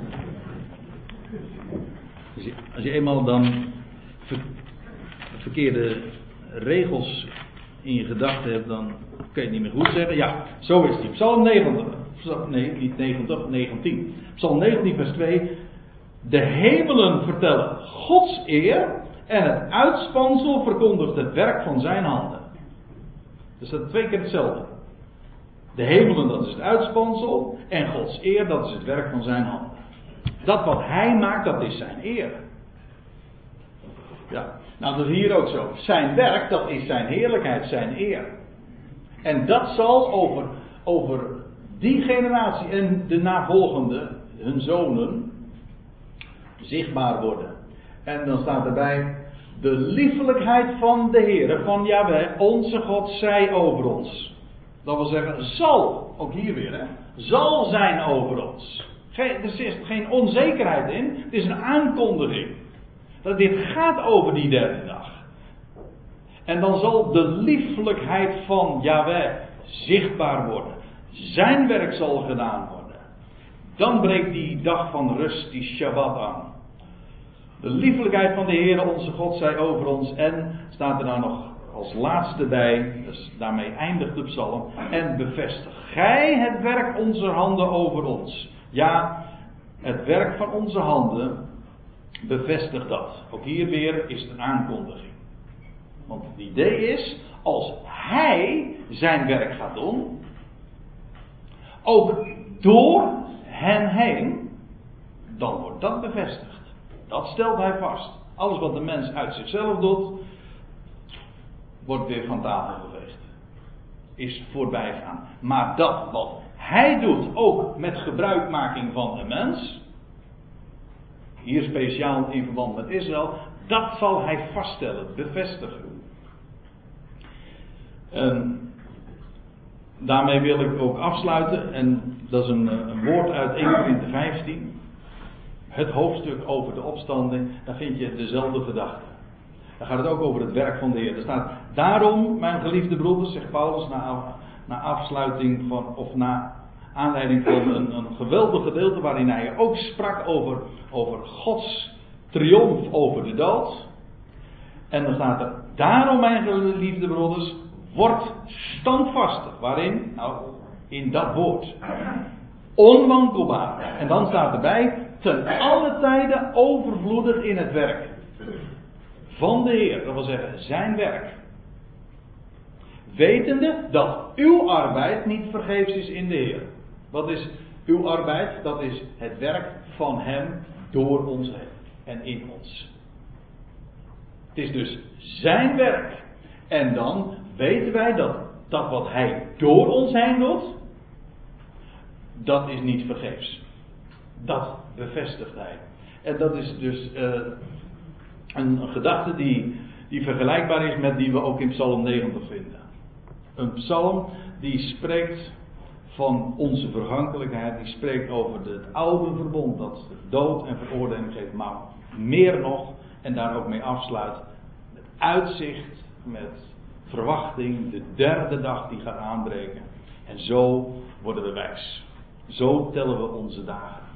Als je, als je eenmaal dan ver, verkeerde regels in je gedachten hebt, dan kun je het niet meer goed zeggen. Ja, zo is het. Psalm negentig. Nee, niet negentig, negentien. Psalm negentien vers twee. De hemelen vertellen Gods eer en het uitspansel verkondigt het werk van zijn handen. Dus dat is twee keer hetzelfde. De hemelen, dat is het uitspansel. En Gods eer, dat is het werk van zijn handen. Dat wat hij maakt, dat is zijn eer. Ja, nou dat is hier ook zo. Zijn werk, dat is zijn heerlijkheid, zijn eer. En dat zal over, over die generatie en de navolgende, hun zonen, zichtbaar worden. En dan staat erbij, de liefelijkheid van de Heere, van Jahweh, onze God, zij over ons. Dat wil zeggen, zal, ook hier weer, hè, zal zijn over ons. Geen, er zit geen onzekerheid in, het is een aankondiging. Dat dit gaat over die derde dag. En dan zal de liefelijkheid van Jahweh zichtbaar worden. Zijn werk zal gedaan worden. Dan breekt die dag van rust, die Shabbat aan. De liefelijkheid van de Heere onze God zij over ons. En staat er nou nog als laatste bij, dus daarmee eindigt de psalm. En bevestig gij het werk onze handen over ons. Ja, het werk van onze handen, bevestig dat. Ook hier weer is het een aankondiging. Want het idee is, als hij zijn werk gaat doen, ook door hen heen, dan wordt dat bevestigd. Dat stelt hij vast. Alles wat de mens uit zichzelf doet, wordt weer van tafel geveegd. Is voorbijgaan. Maar dat wat hij doet, ook met gebruikmaking van de mens, hier speciaal in verband met Israël, dat zal hij vaststellen, bevestigen. En daarmee wil ik ook afsluiten, en dat is een, een woord uit Eerste Korinthe vijftien. Het hoofdstuk over de opstanding, daar vind je dezelfde gedachte. Daar gaat het ook over het werk van de Heer. Er staat, daarom, mijn geliefde broeders, zegt Paulus, na, na afsluiting van, of na aanleiding van een, een geweldig gedeelte waarin hij ook sprak over, over Gods triomf over de dood. En dan staat er, daarom, mijn geliefde broeders, Word standvastig. Waarin? Nou, in dat woord. Onwankelbaar. En dan staat erbij, ten alle tijden overvloedig in het werk van de Heer. Dat wil zeggen, zijn werk. Wetende dat uw arbeid niet vergeefs is in de Heer. Wat is uw arbeid? Dat is het werk van Hem door ons heen en in ons. Het is dus zijn werk. En dan weten wij dat dat wat Hij door ons heen doet, dat is niet vergeefs. Dat bevestigt Hij. En dat is dus uh, een, een gedachte die, die vergelijkbaar is met die we ook in Psalm negentig vinden. Een psalm die spreekt van onze vergankelijkheid, die spreekt over het oude verbond dat dood en veroordeling geeft, maar meer nog, en daar ook mee afsluit, met uitzicht, met verwachting, de derde dag die gaat aanbreken. En zo worden we wijs. Zo tellen we onze dagen.